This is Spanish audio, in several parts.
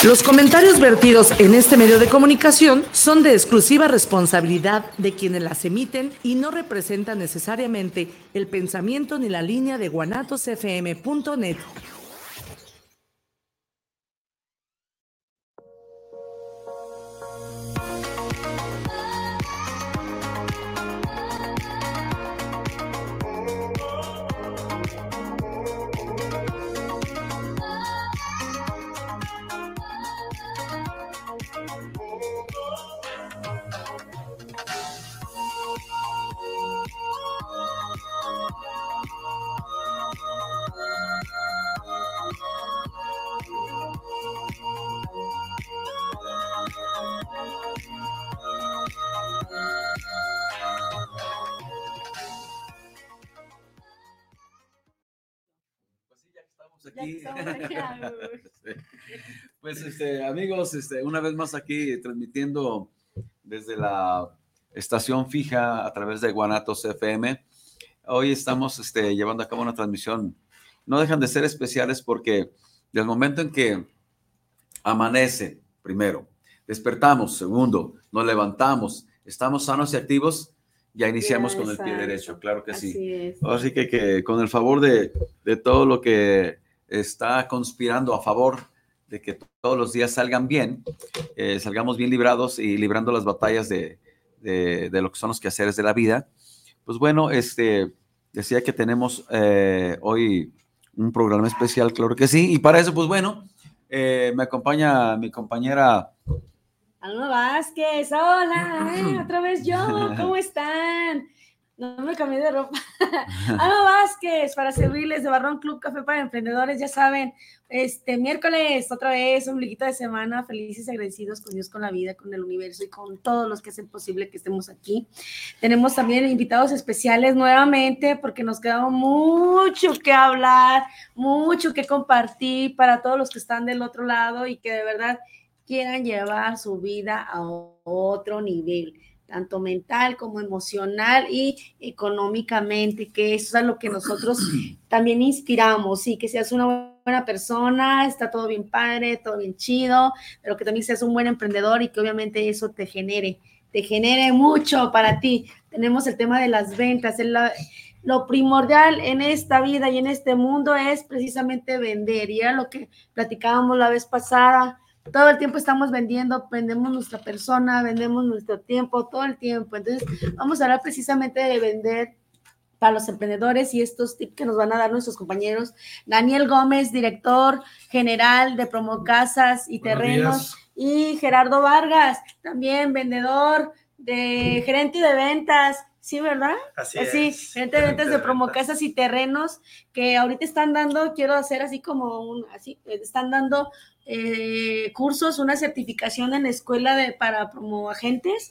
Los comentarios vertidos en este medio de comunicación son de exclusiva responsabilidad de quienes las emiten y no representan necesariamente el pensamiento ni la línea de guanatosfm.net. Aquí. Pues amigos, una vez más aquí transmitiendo desde la estación fija a través de Guanatos FM. Hoy estamos llevando a cabo una transmisión. No dejan de ser especiales porque del momento en que amanece, primero, despertamos, segundo, nos levantamos, estamos sanos y activos, ya iniciamos con el pie derecho, claro que sí. Así que con el favor de todo lo que está conspirando a favor de que todos los días salgan bien, salgamos bien librados y librando las batallas de lo que son los quehaceres de la vida. Pues bueno, decía que tenemos hoy un programa especial, claro que sí, y para eso, pues bueno, me acompaña mi compañera Alma Vázquez. Hola, otra vez yo, ¿cómo están? No me cambié de ropa. Alma Vázquez, para servirles de Barrón Club Café para Emprendedores, ya saben, miércoles, otra vez, ombliguito de semana, felices y agradecidos con Dios, con la vida, con el universo y con todos los que hacen posible que estemos aquí. Tenemos también invitados especiales nuevamente, porque nos queda mucho que hablar, mucho que compartir para todos los que están del otro lado y que de verdad quieran llevar su vida a otro nivel, tanto mental como emocional y económicamente, que eso es a lo que nosotros también inspiramos, sí, que seas una buena persona, está todo bien padre, todo bien chido, pero que también seas un buen emprendedor y que obviamente eso te genere mucho para ti. Tenemos el tema de las ventas, lo primordial en esta vida y en este mundo es precisamente vender, y era lo que platicábamos la vez pasada. Todo el tiempo estamos vendemos nuestra persona, vendemos nuestro tiempo, todo el tiempo. Entonces, vamos a hablar precisamente de vender para los emprendedores y estos tips que nos van a dar nuestros compañeros. Daniel Gómez, director general de Promocasas y Terrenos, y Gerardo Vargas, también vendedor, gerente de ventas. Sí, ¿verdad? Así es. Gerente de ventas de Promocasas y Terrenos, que ahorita están dando, quiero hacer así como están dando cursos, una certificación en la escuela para promoagentes.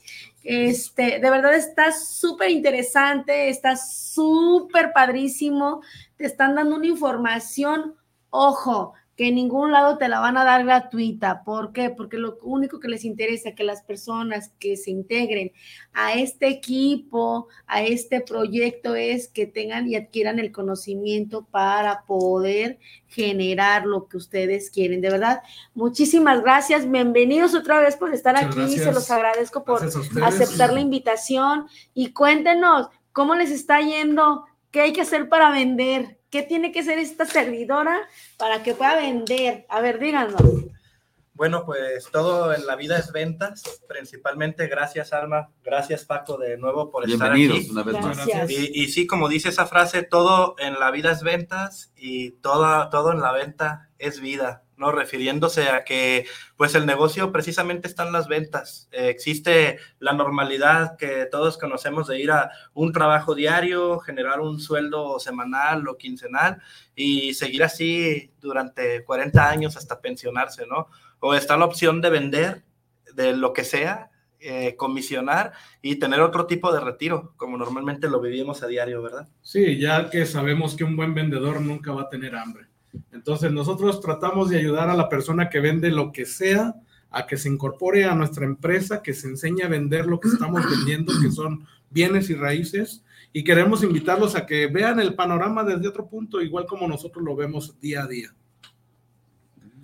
De verdad está súper interesante, está súper padrísimo, te están dando una información, ojo, que en ningún lado te la van a dar gratuita. ¿Por qué? Porque lo único que les interesa es que las personas que se integren a este equipo, a este proyecto, es que tengan y adquieran el conocimiento para poder generar lo que ustedes quieren. De verdad, muchísimas gracias. Bienvenidos otra vez por estar aquí. Gracias. Se los agradezco por aceptar la invitación y cuéntenos cómo les está yendo, qué hay que hacer para vender. ¿Qué tiene que ser esta servidora para que pueda vender? A ver, díganos. Bueno, pues todo en la vida es ventas, principalmente. Gracias, Alma. Gracias, Paco, de nuevo por estar aquí. Bienvenidos una vez más. Y sí, como dice esa frase, todo en la vida es ventas y todo en la venta es vida, ¿no? Refiriéndose a que pues el negocio precisamente está en las ventas. Existe la normalidad que todos conocemos de ir a un trabajo diario, generar un sueldo semanal o quincenal y seguir así durante 40 años hasta pensionarse, ¿no? O está la opción de vender de lo que sea, comisionar y tener otro tipo de retiro, como normalmente lo vivimos a diario, ¿verdad? Sí, ya que sabemos que un buen vendedor nunca va a tener hambre. Entonces nosotros tratamos de ayudar a la persona que vende lo que sea a que se incorpore a nuestra empresa, que se enseñe a vender lo que estamos vendiendo, que son bienes y raíces, y queremos invitarlos a que vean el panorama desde otro punto, igual como nosotros lo vemos día a día.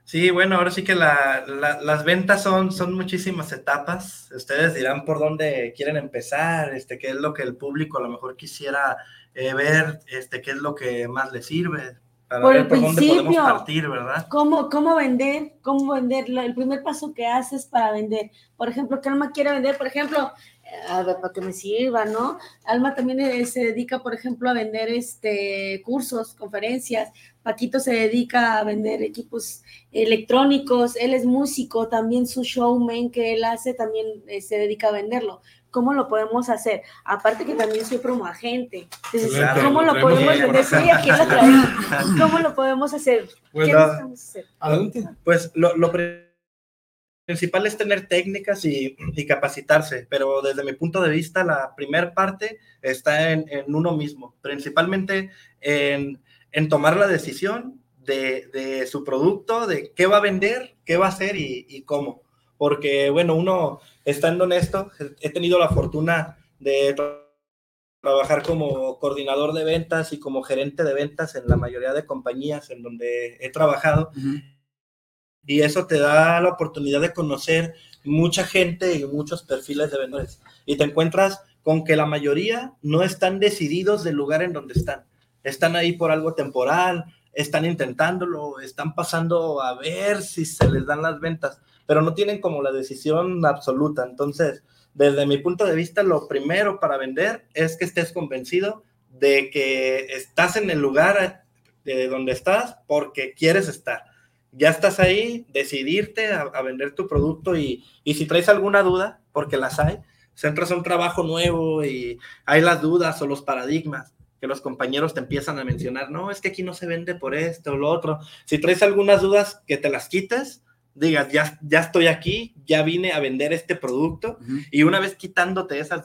Sí, bueno, ahora sí que las ventas son muchísimas etapas. Ustedes dirán por dónde quieren empezar, qué es lo que el público a lo mejor quisiera ver, qué es lo que más les sirve, para Por ver el por dónde podemos principio, partir, ¿verdad? ¿cómo vender? ¿Cómo vender? El primer paso que haces para vender. Por ejemplo, que Alma quiere vender, por ejemplo, a ver, para que me sirva, ¿no? Alma también se dedica, por ejemplo, a vender cursos, conferencias. Paquito se dedica a vender equipos electrónicos. Él es músico, también su showman que él hace también se dedica a venderlo. ¿Cómo lo podemos hacer? Aparte que también soy promo agente. Entonces, Claro, ¿cómo lo podemos vender? Sí, aquí lo traigo. ¿Cómo lo podemos hacer? Pues, ¿Qué necesitamos hacer? Adelante. Pues lo principal es tener técnicas y capacitarse, pero desde mi punto de vista la primera parte está en uno mismo, principalmente en tomar la decisión de su producto, de qué va a vender, qué va a hacer y cómo. Porque, bueno, uno, estando en esto, he tenido la fortuna de trabajar como coordinador de ventas y como gerente de ventas en la mayoría de compañías en donde he trabajado. Uh-huh. Y eso te da la oportunidad de conocer mucha gente y muchos perfiles de vendedores. Y te encuentras con que la mayoría no están decididos del lugar en donde están. Están ahí por algo temporal, están intentándolo, están pasando a ver si se les dan las ventas, pero no tienen como la decisión absoluta. Entonces, desde mi punto de vista, lo primero para vender es que estés convencido de que estás en el lugar de donde estás porque quieres estar. Ya estás ahí, decidirte a vender tu producto y si traes alguna duda, porque las hay, si entras a un trabajo nuevo y hay las dudas o los paradigmas que los compañeros te empiezan a mencionar, no, es que aquí no se vende por esto o lo otro. Si traes algunas dudas, que te las quites, digas, ya estoy aquí, ya vine a vender este producto, uh-huh. Y una vez quitándote esas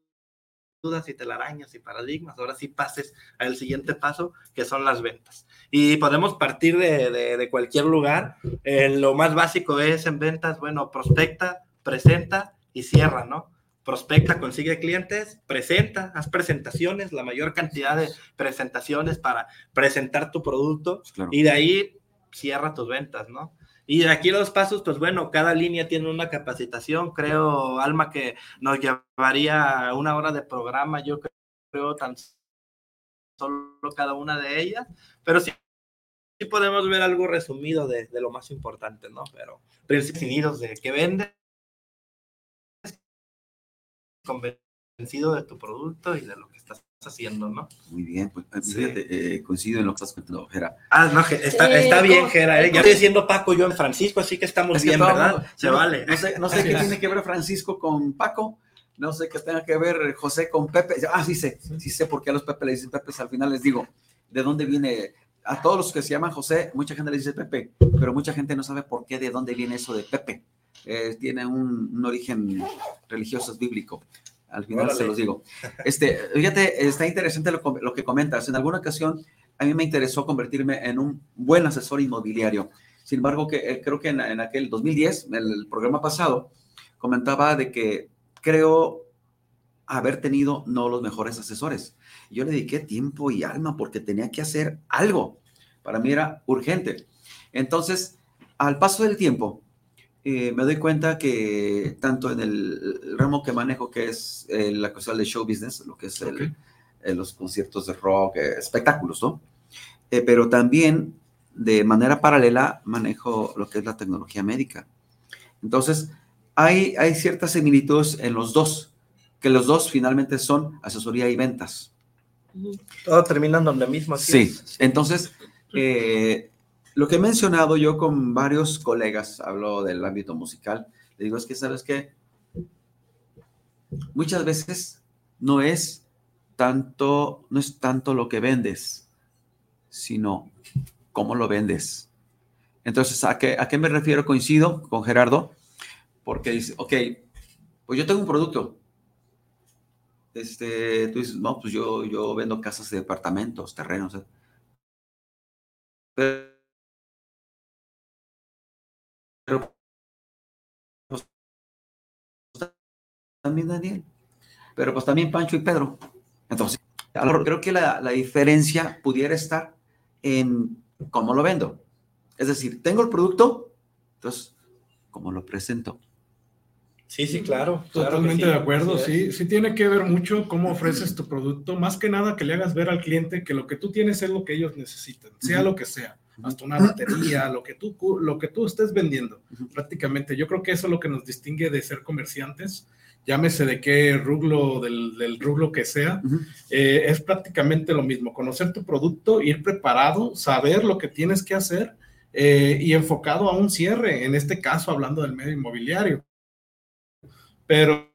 dudas y telarañas y paradigmas, ahora sí pases al siguiente paso, que son las ventas. Y podemos partir de cualquier lugar. Lo más básico es en ventas, bueno, prospecta, presenta y cierra, ¿no? Prospecta, consigue clientes, presenta, haz presentaciones, la mayor cantidad de presentaciones para presentar tu producto, claro. Y de ahí cierra tus ventas, ¿no? Y de aquí los pasos, pues bueno, cada línea tiene una capacitación, creo, Alma, que nos llevaría 1 hora de programa, yo creo, tan solo cada una de ellas, pero sí podemos ver algo resumido de lo más importante, ¿no? Pero principios de qué vendes, convencido de tu producto y de lo que estás haciendo, ¿no? Muy bien, pues fíjate, coincido en lo que estás contando, Gera. No, está bien, Gera, ya estoy diciendo Paco, yo en Francisco, así que estamos bien, ¿verdad? Se vale. No sé qué tiene que ver Francisco con Paco, no sé qué tenga que ver José con Pepe. Sí sé por qué a los Pepe le dicen Pepe, al final les digo, ¿de dónde viene? A todos los que se llaman José, mucha gente le dice Pepe, pero mucha gente no sabe por qué, de dónde viene eso de Pepe. Tiene un origen religioso, bíblico. Al final se los digo. Fíjate, está interesante lo que comentas. En alguna ocasión a mí me interesó convertirme en un buen asesor inmobiliario. Sin embargo, creo que en aquel 2010, en el programa pasado, comentaba de que creo haber tenido no los mejores asesores. Yo le dediqué tiempo y alma porque tenía que hacer algo. Para mí era urgente. Entonces, al paso del tiempo, me doy cuenta que tanto en el ramo que manejo, que es la cosa de show business, lo que es los conciertos de rock, espectáculos, ¿no? Pero también de manera paralela manejo lo que es la tecnología médica. Entonces, hay ciertas similitudes en los dos, que los dos finalmente son asesoría y ventas. Todo terminan donde mismo. Sí, entonces, lo que he mencionado yo con varios colegas, hablo del ámbito musical, le digo, es que, ¿sabes qué? Muchas veces no es tanto lo que vendes, sino cómo lo vendes. Entonces, ¿a qué me refiero? Coincido con Gerardo, porque dice, ok, pues yo tengo un producto. Tú dices, no, pues yo vendo casas de departamentos, terrenos. Pero pues, también Daniel, pero pues también Pancho y Pedro. Entonces, creo que la diferencia pudiera estar en cómo lo vendo. Es decir, tengo el producto, entonces, ¿cómo lo presento? Sí, claro. Totalmente de acuerdo, sí. Sí tiene que ver mucho cómo ofreces tu producto, más que nada que le hagas ver al cliente que lo que tú tienes es lo que ellos necesitan, sea lo que sea, hasta una batería, lo que tú estés vendiendo, prácticamente. Yo creo que eso es lo que nos distingue de ser comerciantes, llámese de qué rublo, del rublo que sea, es prácticamente lo mismo, conocer tu producto, ir preparado, saber lo que tienes que hacer y enfocado a un cierre, en este caso hablando del medio inmobiliario. Pero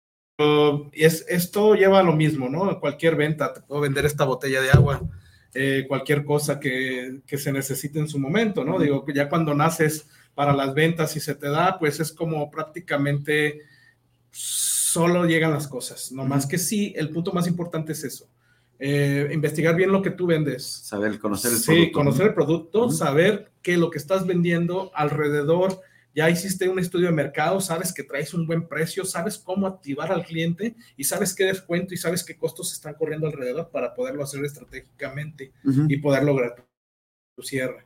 esto lleva a lo mismo, ¿no? Cualquier venta, te puedo vender esta botella de agua, cualquier cosa que se necesite en su momento, ¿no? Digo, ya cuando naces para las ventas y se te da, pues es como prácticamente solo llegan las cosas, no más que sí, el punto más importante es eso. Investigar bien lo que tú vendes. Saber, conocer el producto. Sí, conocer el producto, saber que lo que estás vendiendo alrededor, ya hiciste un estudio de mercado, sabes que traes un buen precio, sabes cómo activar al cliente y sabes qué descuento y sabes qué costos están corriendo alrededor para poderlo hacer estratégicamente y poder lograr tu cierre.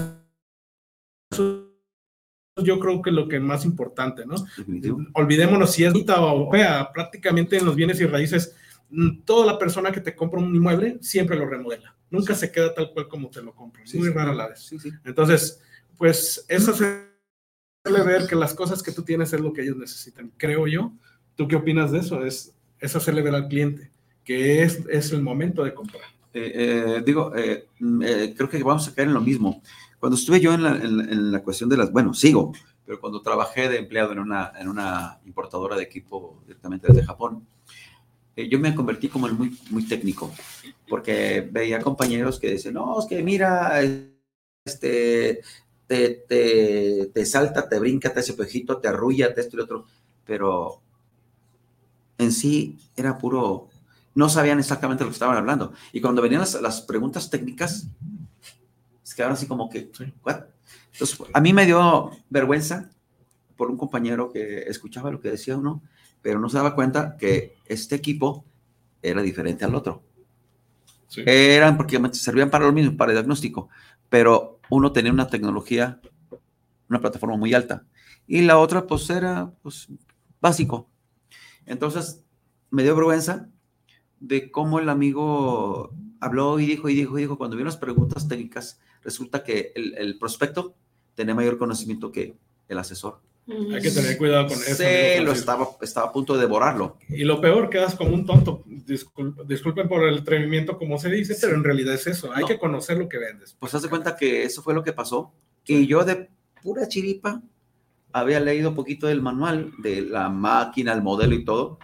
Eso yo creo que es lo que es más importante, ¿no? Definitivo. Olvidémonos si es o prácticamente en los bienes y raíces, toda la persona que te compra un inmueble siempre lo remodela. Nunca se queda tal cual como te lo compra. Muy rara la vez. Entonces, pues eso es ver que las cosas que tú tienes es lo que ellos necesitan, creo yo. ¿Tú qué opinas de eso? Es hacerle ver al cliente que es el momento de comprar. Creo que vamos a caer en lo mismo. Cuando estuve yo en la cuestión de sigo, pero cuando trabajé de empleado en una importadora de equipo directamente desde Japón, yo me convertí como el muy, muy técnico, porque veía compañeros que decían, no, es que mira, te salta, te brinca, te hace pejito, te arrulla, te esto y lo otro, pero en sí era puro, no sabían exactamente lo que estaban hablando. Y cuando venían las preguntas técnicas, se quedaron así como que, ¿what? Entonces, a mí me dio vergüenza por un compañero que escuchaba lo que decía uno, pero no se daba cuenta que este equipo era diferente al otro. Sí. Eran porque servían para lo mismo, para el diagnóstico, pero uno tenía una tecnología, una plataforma muy alta, y la otra pues era pues básico. Entonces me dio vergüenza de cómo el amigo habló y dijo, cuando vieron las preguntas técnicas, resulta que el prospecto tenía mayor conocimiento que el asesor. Hay que tener cuidado con eso. Sí, estaba a punto de devorarlo. Y lo peor, quedas como un tonto. Disculpen por el atrevimiento, como se dice, pero en realidad es eso. Hay que conocer lo que vendes. Pues haz de cuenta que eso fue lo que pasó. Y yo de pura chiripa había leído un poquito del manual de la máquina, el modelo y todo.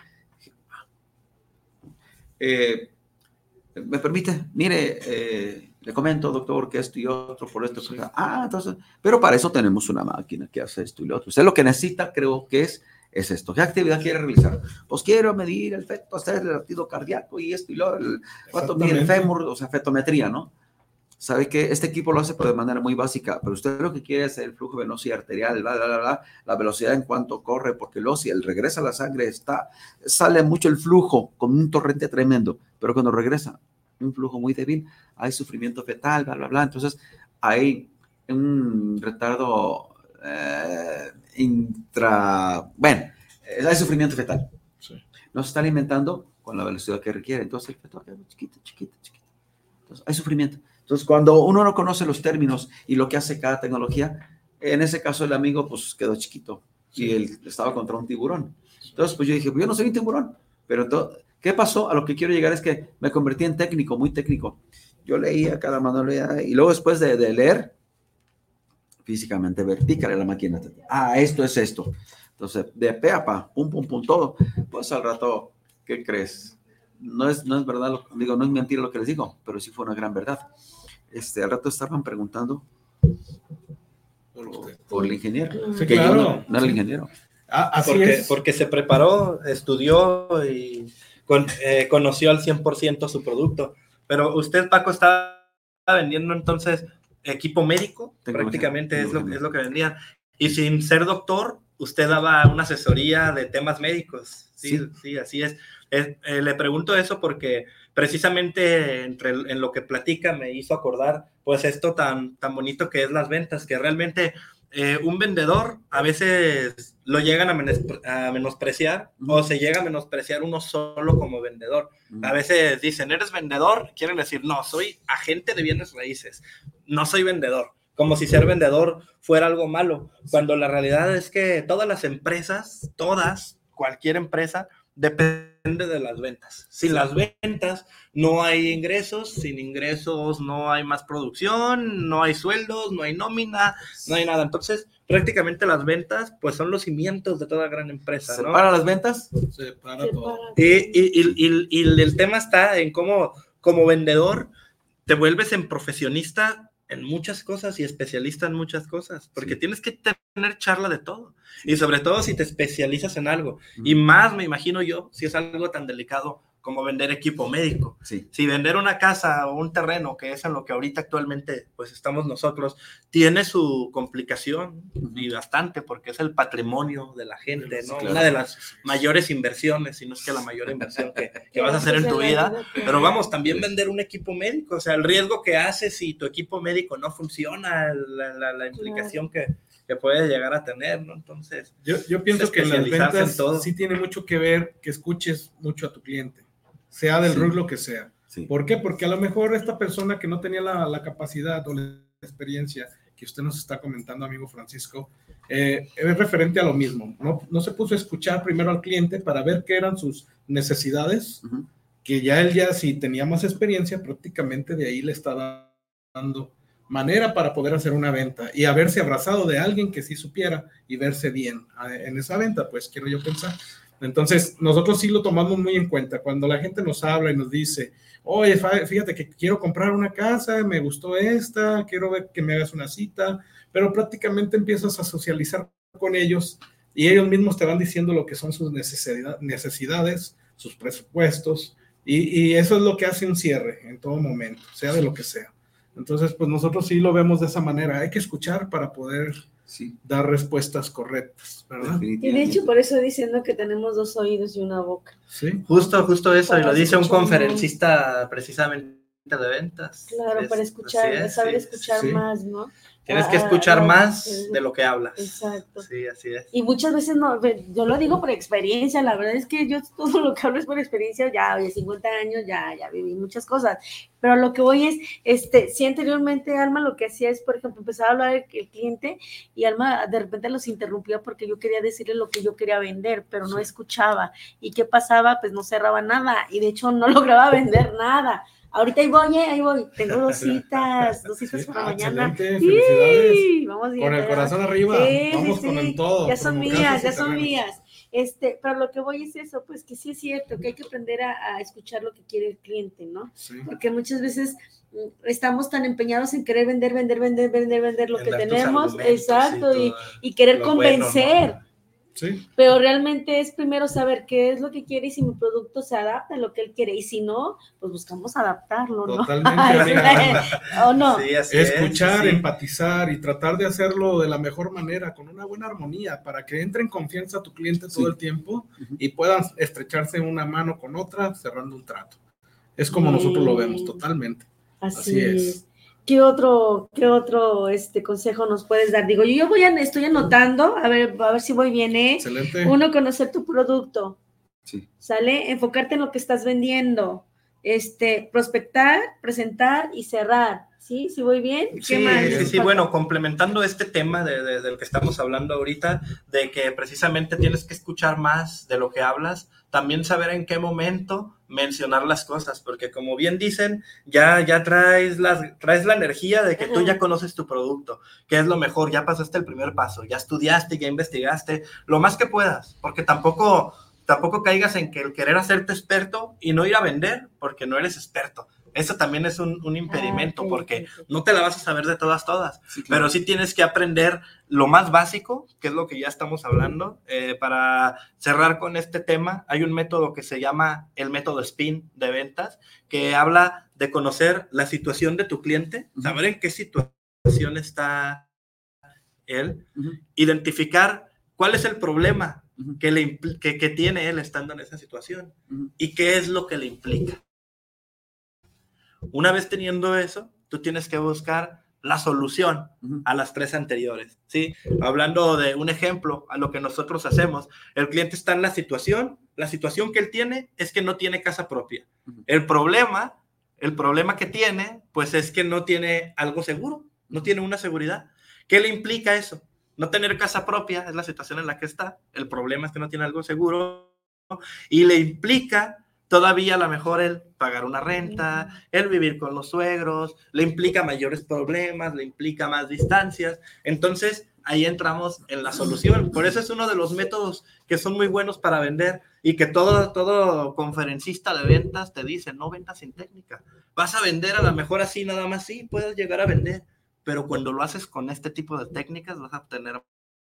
¿Me permite? Mire, le comento, doctor, que esto y otro, por esto. Sí. Entonces, pero para eso tenemos una máquina que hace esto y lo otro. Usted lo que necesita, creo que es esto. ¿Qué actividad quiere realizar? Pues quiero medir el feto, hacer el latido cardíaco y esto y lo otro. ¿Cuánto mide el fémur? O sea, fetometría, ¿no? Sabe que este equipo lo hace pero de manera muy básica, pero usted lo que quiere es el flujo venoso y arterial, la velocidad en cuanto corre, porque luego si él regresa la sangre, sale mucho el flujo con un torrente tremendo, pero cuando regresa un flujo muy débil, hay sufrimiento fetal, entonces hay un retardo hay sufrimiento fetal. Sí. No se está alimentando con la velocidad que requiere, entonces el feto queda chiquito. Entonces hay sufrimiento. Entonces, cuando uno no conoce los términos y lo que hace cada tecnología, en ese caso el amigo pues quedó chiquito y él estaba contra un tiburón. Entonces, pues yo dije, pues yo no soy un tiburón, pero entonces, ¿qué pasó? A lo que quiero llegar es que me convertí en técnico, muy técnico. Yo leía cada manualidad y luego después de leer, físicamente vertical la máquina. Esto es esto. Entonces, de pe a pa, pum, todo. Pues al rato, ¿qué crees? No es verdad, no es mentira lo que les digo, pero sí fue una gran verdad. Al rato estaban preguntando por el ingeniero. Sí, que claro. Yo no era el ingeniero. Porque se preparó, estudió y conoció al 100% su producto. Pero usted, Paco, está vendiendo entonces equipo médico, prácticamente es lo que vendía. Y sin ser doctor, usted daba una asesoría de temas médicos. Sí, así es. Le pregunto eso porque precisamente en lo que platica me hizo acordar pues esto tan bonito que es las ventas, que realmente un vendedor a veces lo llegan a menospreciar o se llega a menospreciar uno solo como vendedor. A veces dicen, ¿eres vendedor? Quieren decir, no, soy agente de bienes raíces, no soy vendedor. Como si ser vendedor fuera algo malo, cuando la realidad es que todas las empresas, cualquier empresa, depende de las ventas. Sin las ventas no hay ingresos, sin ingresos no hay más producción, no hay sueldos, no hay nómina, no hay nada. Entonces, prácticamente las ventas pues son los cimientos de toda gran empresa, ¿no? ¿Separa las ventas? Separa todo. Y el tema está en cómo como vendedor te vuelves en profesionista en muchas cosas y especialista en muchas cosas, porque tienes que tener charla de todo, y sobre todo si te especializas en algo, y más me imagino yo, si es algo tan delicado como vender equipo médico. Si vender una casa o un terreno, que es en lo que ahorita actualmente pues estamos nosotros, tiene su complicación y bastante, porque es el patrimonio de la gente, ¿no? Claro. Una de las mayores inversiones, si no es que la mayor inversión que vas a hacer en tu vida, pero vamos, también vender un equipo médico, o sea, el riesgo que haces si tu equipo médico no funciona, la implicación que puede llegar a tener, ¿no? Entonces, yo pienso que las ventas sí tiene mucho que ver que escuches mucho a tu cliente, sea del rubro que sea. ¿Por qué? Porque a lo mejor esta persona que no tenía la capacidad o la experiencia que usted nos está comentando, amigo Francisco, es referente a lo mismo. No se puso a escuchar primero al cliente para ver qué eran sus necesidades, que ya él si tenía más experiencia, prácticamente de ahí le está dando manera para poder hacer una venta y haberse abrazado de alguien que sí supiera y verse bien en esa venta, pues quiero yo pensar. Entonces, nosotros sí lo tomamos muy en cuenta. Cuando la gente nos habla y nos dice, oye, fíjate que quiero comprar una casa, me gustó esta, quiero ver que me hagas una cita, pero prácticamente empiezas a socializar con ellos y ellos mismos te van diciendo lo que son sus necesidades, sus presupuestos, y eso es lo que hace un cierre en todo momento, sea de lo que sea. Entonces, pues nosotros sí lo vemos de esa manera. Hay que escuchar para poder dar respuestas correctas, ¿verdad? Y de hecho, por eso diciendo que tenemos 2 oídos y una boca. Sí. Justo eso, y lo dice un conferencista precisamente de ventas. Claro, para escuchar, saber escuchar más, ¿no? Tienes que escuchar más de lo que hablas. Exacto. Sí, así es. Y muchas veces no, yo lo digo por experiencia, la verdad es que yo todo lo que hablo es por experiencia, ya de 50 años, ya viví muchas cosas, pero lo que voy es, sí, anteriormente Alma lo que hacía es, por ejemplo, empezaba a hablar el cliente y Alma de repente los interrumpía porque yo quería decirle lo que yo quería vender, pero no escuchaba. ¿Y qué pasaba? Pues no cerraba nada y de hecho no lograba vender nada. Ahorita ahí voy, tengo 2 citas para mañana. Excelente, felicidades. Sí, vamos bien. Con el corazón arriba, vamos con el todo. Ya son mías. Pero lo que voy es eso, pues que sí es cierto, que hay que aprender a escuchar lo que quiere el cliente, ¿no? Sí. Porque muchas veces estamos tan empeñados en querer vender lo que tenemos, exacto, y querer convencer. Bueno, ¿no? Sí. Pero realmente es primero saber qué es lo que quiere y si mi producto se adapta a lo que él quiere, y si no, pues buscamos adaptarlo, ¿no? Totalmente. ¿O no? Sí, escuchar, empatizar y tratar de hacerlo de la mejor manera, con una buena armonía, para que entre en confianza a tu cliente todo el tiempo y puedan estrecharse una mano con otra, cerrando un trato. Es como nosotros lo vemos, totalmente. Así es. ¿Qué otro consejo nos puedes dar? Digo, yo estoy anotando, a ver si voy bien, ¿eh? Excelente. 1, conocer tu producto. Sí. ¿Sale? Enfocarte en lo que estás vendiendo. Prospectar, presentar y cerrar. ¿Sí? ¿Sí voy bien? ¿Qué más? Sí, bueno, complementando este tema del que estamos hablando ahorita, de que precisamente tienes que escuchar más de lo que hablas, también saber en qué momento mencionar las cosas, porque como bien dicen, ya traes la energía de que tú ya conoces tu producto, que es lo mejor, ya pasaste el primer paso, ya estudiaste, ya investigaste, lo más que puedas, porque tampoco caigas en que el querer hacerte experto y no ir a vender, porque no eres experto. Eso también es un impedimento, porque no te la vas a saber de todas, sí, claro. Pero sí tienes que aprender lo más básico, que es lo que ya estamos hablando. Para cerrar con este tema, hay un método que se llama el método SPIN de ventas, que habla de conocer la situación de tu cliente, saber en qué situación está él, identificar ¿Cuál es el problema que tiene él estando en esa situación? ¿Y qué es lo que le implica? Una vez teniendo eso, tú tienes que buscar la solución a las 3 anteriores, ¿sí? Hablando de un ejemplo a lo que nosotros hacemos, el cliente está en la situación que él tiene es que no tiene casa propia. El problema que tiene, pues es que no tiene algo seguro, no tiene una seguridad. ¿Qué le implica eso? No tener casa propia es la situación en la que está, el problema es que no tiene algo seguro y le implica todavía a lo mejor el pagar una renta, el vivir con los suegros, le implica mayores problemas, le implica más distancias. Entonces, ahí entramos en la solución. Por eso es uno de los métodos que son muy buenos para vender y que todo conferencista de ventas te dice, no vendas sin técnica. Vas a vender a lo mejor así, nada más, sí, puedes llegar a vender, pero cuando lo haces con este tipo de técnicas vas a obtener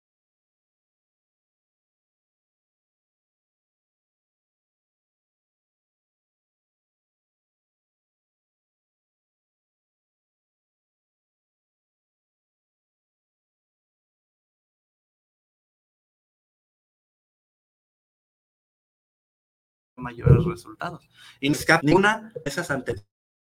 mayores resultados. Y ninguna de esas anteriores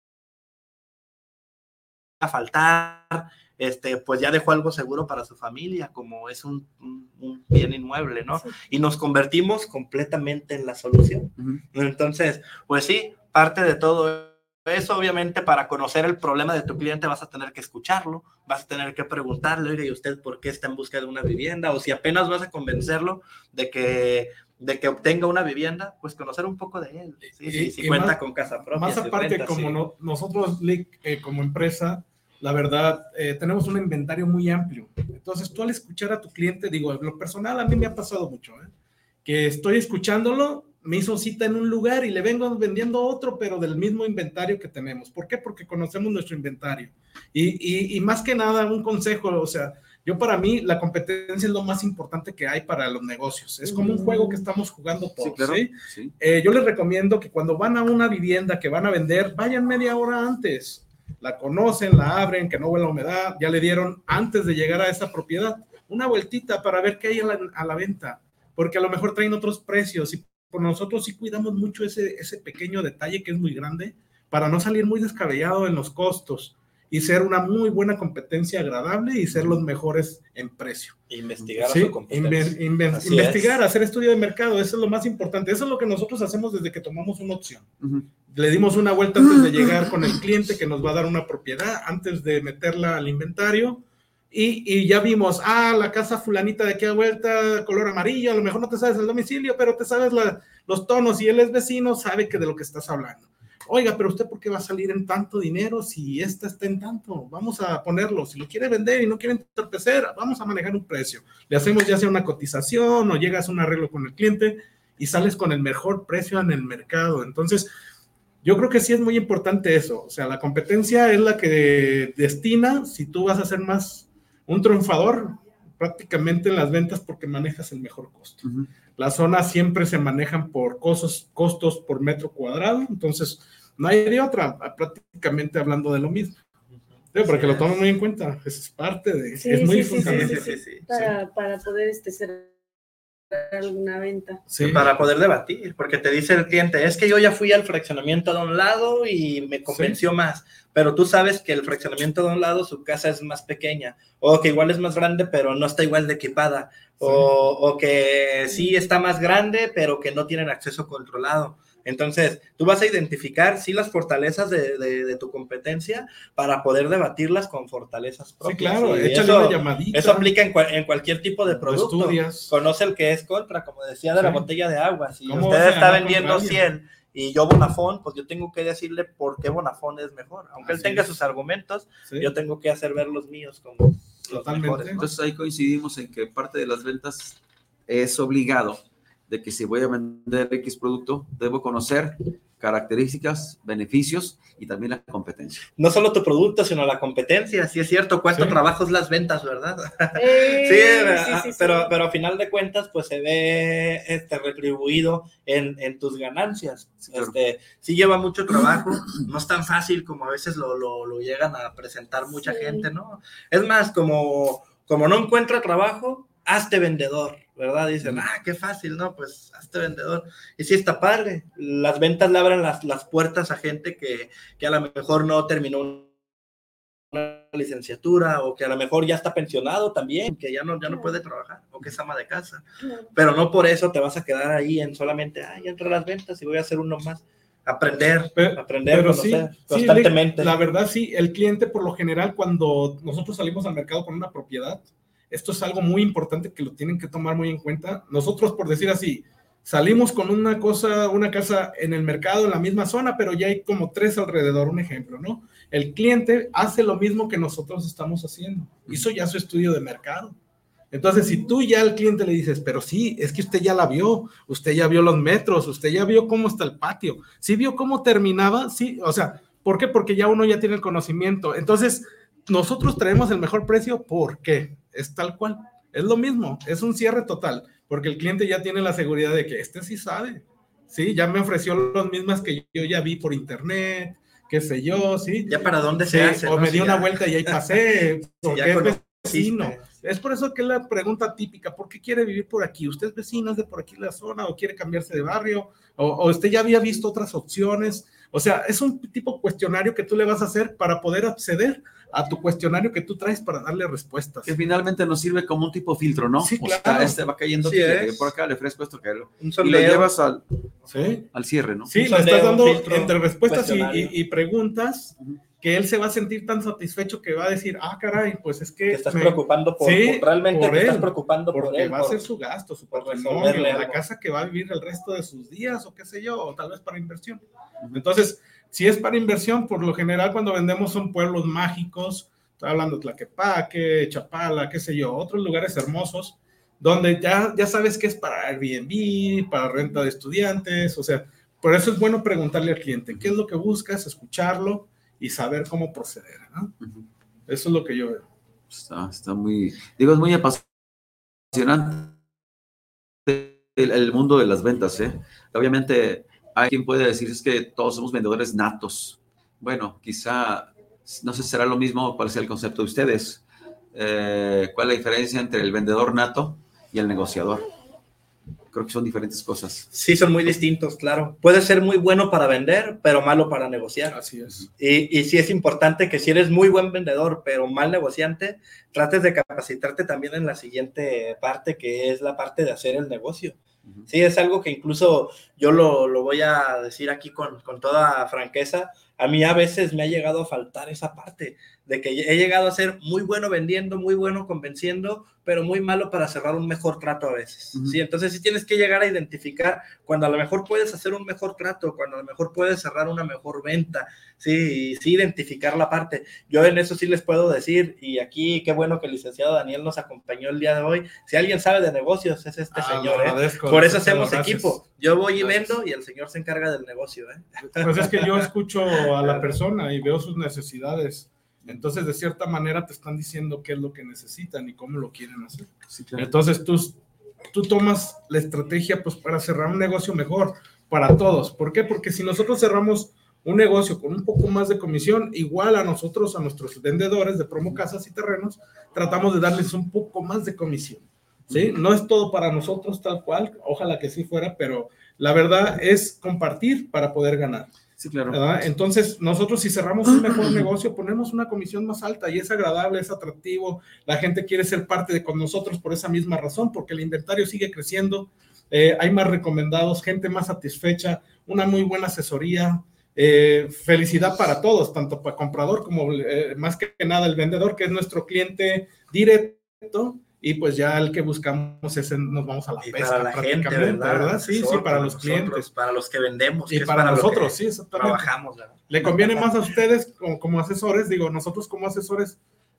a faltar, pues ya dejó algo seguro para su familia, como es un bien inmueble, ¿no? Sí. Y nos convertimos completamente en la solución. Entonces, pues sí, parte de todo eso, obviamente, para conocer el problema de tu cliente vas a tener que escucharlo, vas a tener que preguntarle, oiga, ¿y usted por qué está en busca de una vivienda? O si apenas vas a convencerlo de que obtenga una vivienda, pues conocer un poco de él, si cuenta más, con casa propia. Más aparte, renta, como sí. Nosotros, como empresa, la verdad, tenemos un inventario muy amplio. Entonces, tú al escuchar a tu cliente, digo, en lo personal, a mí me ha pasado mucho, que estoy escuchándolo, me hizo cita en un lugar y le vengo vendiendo otro, pero del mismo inventario que tenemos. ¿Por qué? Porque conocemos nuestro inventario. Y más que nada, un consejo, o sea, yo para mí la competencia es lo más importante que hay para los negocios. Es como un juego que estamos jugando todos. Sí, claro. ¿Sí? Sí. Yo les recomiendo que cuando van a una vivienda que van a vender, vayan media hora antes. La conocen, la abren, que no huele a humedad. Ya le dieron, antes de llegar a esa propiedad, una vueltita para ver qué hay a la venta. Porque a lo mejor traen otros precios. Y por nosotros sí cuidamos mucho ese pequeño detalle que es muy grande para no salir muy descabellado en los costos. Y ser una muy buena competencia agradable y ser los mejores en precio. Investigar ¿sí? a su competencia. Investigar, hacer estudio de mercado, eso es lo más importante. Eso es lo que nosotros hacemos desde que tomamos una opción. Le dimos una vuelta antes de llegar con el cliente que nos va a dar una propiedad, antes de meterla al inventario. Y ya vimos, la casa fulanita de aquí a vuelta, color amarillo, a lo mejor no te sabes el domicilio, pero te sabes los tonos y él es vecino, sabe que de lo que estás hablando. Oiga, pero usted, ¿por qué va a salir en tanto dinero si esta está en tanto? Vamos a ponerlo. Si lo quiere vender y no quiere entorpecer, vamos a manejar un precio. Le hacemos ya sea una cotización o llegas a un arreglo con el cliente y sales con el mejor precio en el mercado. Entonces, yo creo que sí es muy importante eso. O sea, la competencia es la que destina si tú vas a ser más un triunfador prácticamente en las ventas porque manejas el mejor costo. Las zonas siempre se manejan por costos por metro cuadrado, entonces no hay de otra, prácticamente hablando de lo mismo. Para que lo tomen muy en cuenta, es parte de, es muy fundamental. Para poder ser alguna venta. Sí. Para poder debatir, porque te dice el cliente, es que yo ya fui al fraccionamiento de un lado y me convenció más, pero tú sabes que el fraccionamiento de un lado, su casa es más pequeña, o que igual es más grande, pero no está igual de equipada, o que sí está más grande, pero que no tienen acceso controlado. Entonces, tú vas a identificar, sí, las fortalezas de tu competencia para poder debatirlas con fortalezas propias. Sí, claro, échale una llamadita. Eso aplica en cualquier tipo de producto. Conoce el que es contra, como decía, de la botella de agua. Si usted está vendiendo 100 y yo Bonafón, pues yo tengo que decirle por qué Bonafón es mejor. Aunque él tenga sus argumentos, yo tengo que hacer ver los míos como los mejores. Entonces ahí coincidimos en que parte de las ventas es obligado de que si voy a vender X producto, debo conocer características, beneficios y también la competencia. No solo tu producto, sino la competencia. Sí es cierto, cuánto trabajo es las ventas, ¿verdad? Sí, pero a final de cuentas, pues se ve retribuido en tus ganancias. Sí, claro. Sí lleva mucho trabajo, no es tan fácil como a veces lo llegan a presentar mucha gente, ¿no? Es más, como no encuentra trabajo, hazte vendedor, ¿verdad? Dicen, qué fácil, ¿no? Pues hazte vendedor. Y sí está padre. Las ventas le abren las puertas a gente que a lo mejor no terminó una licenciatura, o que a lo mejor ya está pensionado también, que ya no puede trabajar, o que es ama de casa. Pero no por eso te vas a quedar ahí en solamente, ya entré a las ventas y voy a hacer uno más. Aprender, conocer constantemente. La verdad, sí, el cliente por lo general, cuando nosotros salimos al mercado con una propiedad, esto es algo muy importante que lo tienen que tomar muy en cuenta. Nosotros, por decir así, salimos con una casa en el mercado, en la misma zona, pero ya hay como 3 alrededor, un ejemplo, ¿no? El cliente hace lo mismo que nosotros estamos haciendo, hizo ya su estudio de mercado. Entonces, si tú ya al cliente le dices, pero sí, es que usted ya la vio, usted ya vio los metros, usted ya vio cómo está el patio, sí vio cómo terminaba, sí, o sea, ¿por qué? Porque ya uno ya tiene el conocimiento. Entonces, nosotros traemos el mejor precio, ¿por qué? Es tal cual, es lo mismo, es un cierre total, porque el cliente ya tiene la seguridad de que sí sabe, sí, ya me ofreció las mismas que yo ya vi por internet, qué sé yo, sí. Ya para dónde se hace, o me di una vuelta y ahí pasé, porque es vecino. Sí. Es por eso que es la pregunta típica, ¿por qué quiere vivir por aquí? ¿Usted es vecino, es de por aquí la zona, o quiere cambiarse de barrio, o usted ya había visto otras opciones? O sea, es un tipo de cuestionario que tú le vas a hacer para poder acceder a tu cuestionario que tú traes para darle respuestas. Que finalmente nos sirve como un tipo filtro, ¿no? Sí, claro. O sea, va cayendo por acá, le ofrezco esto, que y lo llevas al cierre, ¿no? Sí, le estás dando entre respuestas y preguntas, que él se va a sentir tan satisfecho que va a decir, caray, pues es que... Te estás preocupando realmente te estás preocupando por él. Va a ser su gasto, su patrimonio, la casa que va a vivir el resto de sus días, o qué sé yo, o tal vez para inversión. Entonces, si es para inversión, por lo general cuando vendemos son pueblos mágicos, estoy hablando de Tlaquepaque, Chapala, qué sé yo, otros lugares hermosos, donde ya sabes que es para Airbnb, para renta de estudiantes, o sea, por eso es bueno preguntarle al cliente, ¿qué es lo que buscas? Escucharlo y saber cómo proceder, ¿no? Eso es lo que yo veo. Está muy, es muy apasionante el mundo de las ventas, ¿eh? Obviamente hay quien puede decir es que todos somos vendedores natos. Bueno, quizá, no sé si será lo mismo, cuál sea el concepto de ustedes. ¿Cuál es la diferencia entre el vendedor nato y el negociador? Creo que son diferentes cosas. Sí, son muy distintos, claro. Puede ser muy bueno para vender, pero malo para negociar. Así es. Y sí es importante que si eres muy buen vendedor, pero mal negociante, trates de capacitarte también en la siguiente parte, que es la parte de hacer el negocio. Sí, es algo que incluso yo lo voy a decir aquí con toda franqueza. A mí a veces me ha llegado a faltar esa parte, de que he llegado a ser muy bueno vendiendo, muy bueno convenciendo, pero muy malo para cerrar un mejor trato a veces. ¿Sí? Entonces sí tienes que llegar a identificar cuando a lo mejor puedes hacer un mejor trato, cuando a lo mejor puedes cerrar una mejor venta, sí, identificar la parte. Yo en eso sí les puedo decir, y aquí qué bueno que el licenciado Daniel nos acompañó el día de hoy. Si alguien sabe de negocios, es este señor, por eso hacemos equipo. Yo voy y vendo y el señor se encarga del negocio. Pues es que yo escucho a la persona y veo sus necesidades. Entonces, de cierta manera te están diciendo qué es lo que necesitan y cómo lo quieren hacer. Sí, claro. Entonces, tú tomas la estrategia pues para cerrar un negocio mejor para todos. ¿Por qué? Porque si nosotros cerramos un negocio con un poco más de comisión, igual a nosotros, a nuestros vendedores de promo casas y terrenos, tratamos de darles un poco más de comisión. ¿Sí? No es todo para nosotros tal cual, ojalá que sí fuera, pero la verdad es compartir para poder ganar. Sí, claro. ¿Verdad? Entonces, nosotros si cerramos un mejor negocio, ponemos una comisión más alta y es agradable, es atractivo, la gente quiere ser parte con nosotros por esa misma razón, porque el inventario sigue creciendo, hay más recomendados, gente más satisfecha, una muy buena asesoría, felicidad para todos, tanto para el comprador como más que nada el vendedor, que es nuestro cliente directo. Y pues ya el que buscamos es nos vamos a la pesca para la gente, ¿verdad? Sí, para los clientes. Para los que vendemos. Y para nosotros, sí, exactamente. Trabajamos, ¿verdad? Le conviene más a ustedes como asesores, nosotros como asesores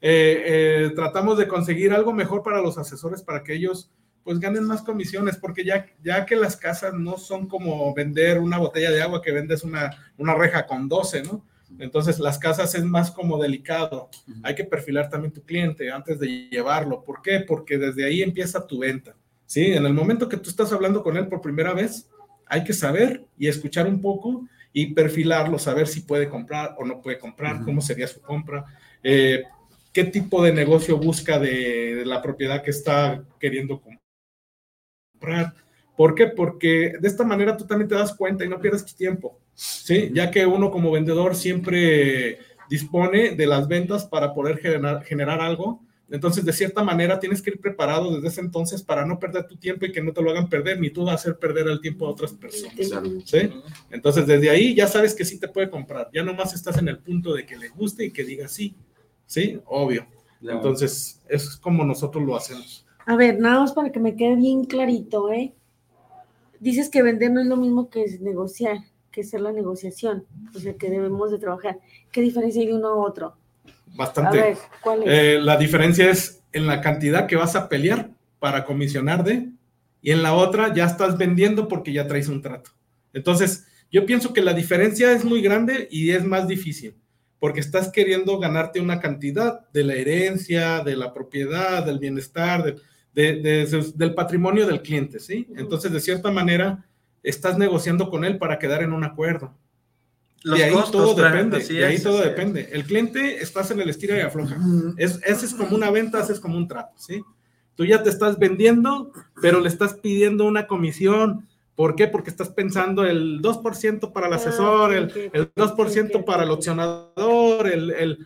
tratamos de conseguir algo mejor para los asesores para que ellos pues ganen más comisiones, porque ya que las casas no son como vender una botella de agua que vendes una reja con 12, ¿no? Entonces las casas es más como delicado, hay que perfilar también tu cliente antes de llevarlo. ¿Por qué? Porque desde ahí empieza tu venta, ¿sí? En el momento que tú estás hablando con él por primera vez, hay que saber y escuchar un poco y perfilarlo, saber si puede comprar o no puede comprar, cómo sería su compra, qué qué tipo de negocio busca de la propiedad que está queriendo comprar. ¿Por qué? Porque de esta manera tú también te das cuenta y no pierdes tu tiempo, ¿sí? Ya que uno como vendedor siempre dispone de las ventas para poder generar algo. Entonces, de cierta manera, tienes que ir preparado desde ese entonces para no perder tu tiempo y que no te lo hagan perder, ni tú hacer perder el tiempo a otras personas, ¿sí? Entonces, desde ahí ya sabes que sí te puede comprar. Ya nomás estás en el punto de que le guste y que diga sí, ¿sí? Obvio. Entonces, eso es como nosotros lo hacemos. A ver, nada más para que me quede bien clarito, ¿eh? Dices que vender no es lo mismo que es negociar, que hacer la negociación, o sea, que debemos de trabajar. ¿Qué diferencia hay de uno a otro? Bastante. A ver, ¿cuál es? La diferencia es en la cantidad que vas a pelear para comisionar y en la otra ya estás vendiendo porque ya traes un trato. Entonces, yo pienso que la diferencia es muy grande y es más difícil, porque estás queriendo ganarte una cantidad de la herencia, de la propiedad, del bienestar, del patrimonio del cliente, ¿sí? Entonces, de cierta manera, estás negociando con él para quedar en un acuerdo. Los de ahí costos, todo depende, así de ahí es, todo así depende. es. El cliente estás en el estira y afloja. Ese es como una venta, ese es como un trato, ¿sí? Tú ya te estás vendiendo, pero le estás pidiendo una comisión. ¿Por qué? Porque estás pensando el 2% para el asesor, el 2% para el opcionador, el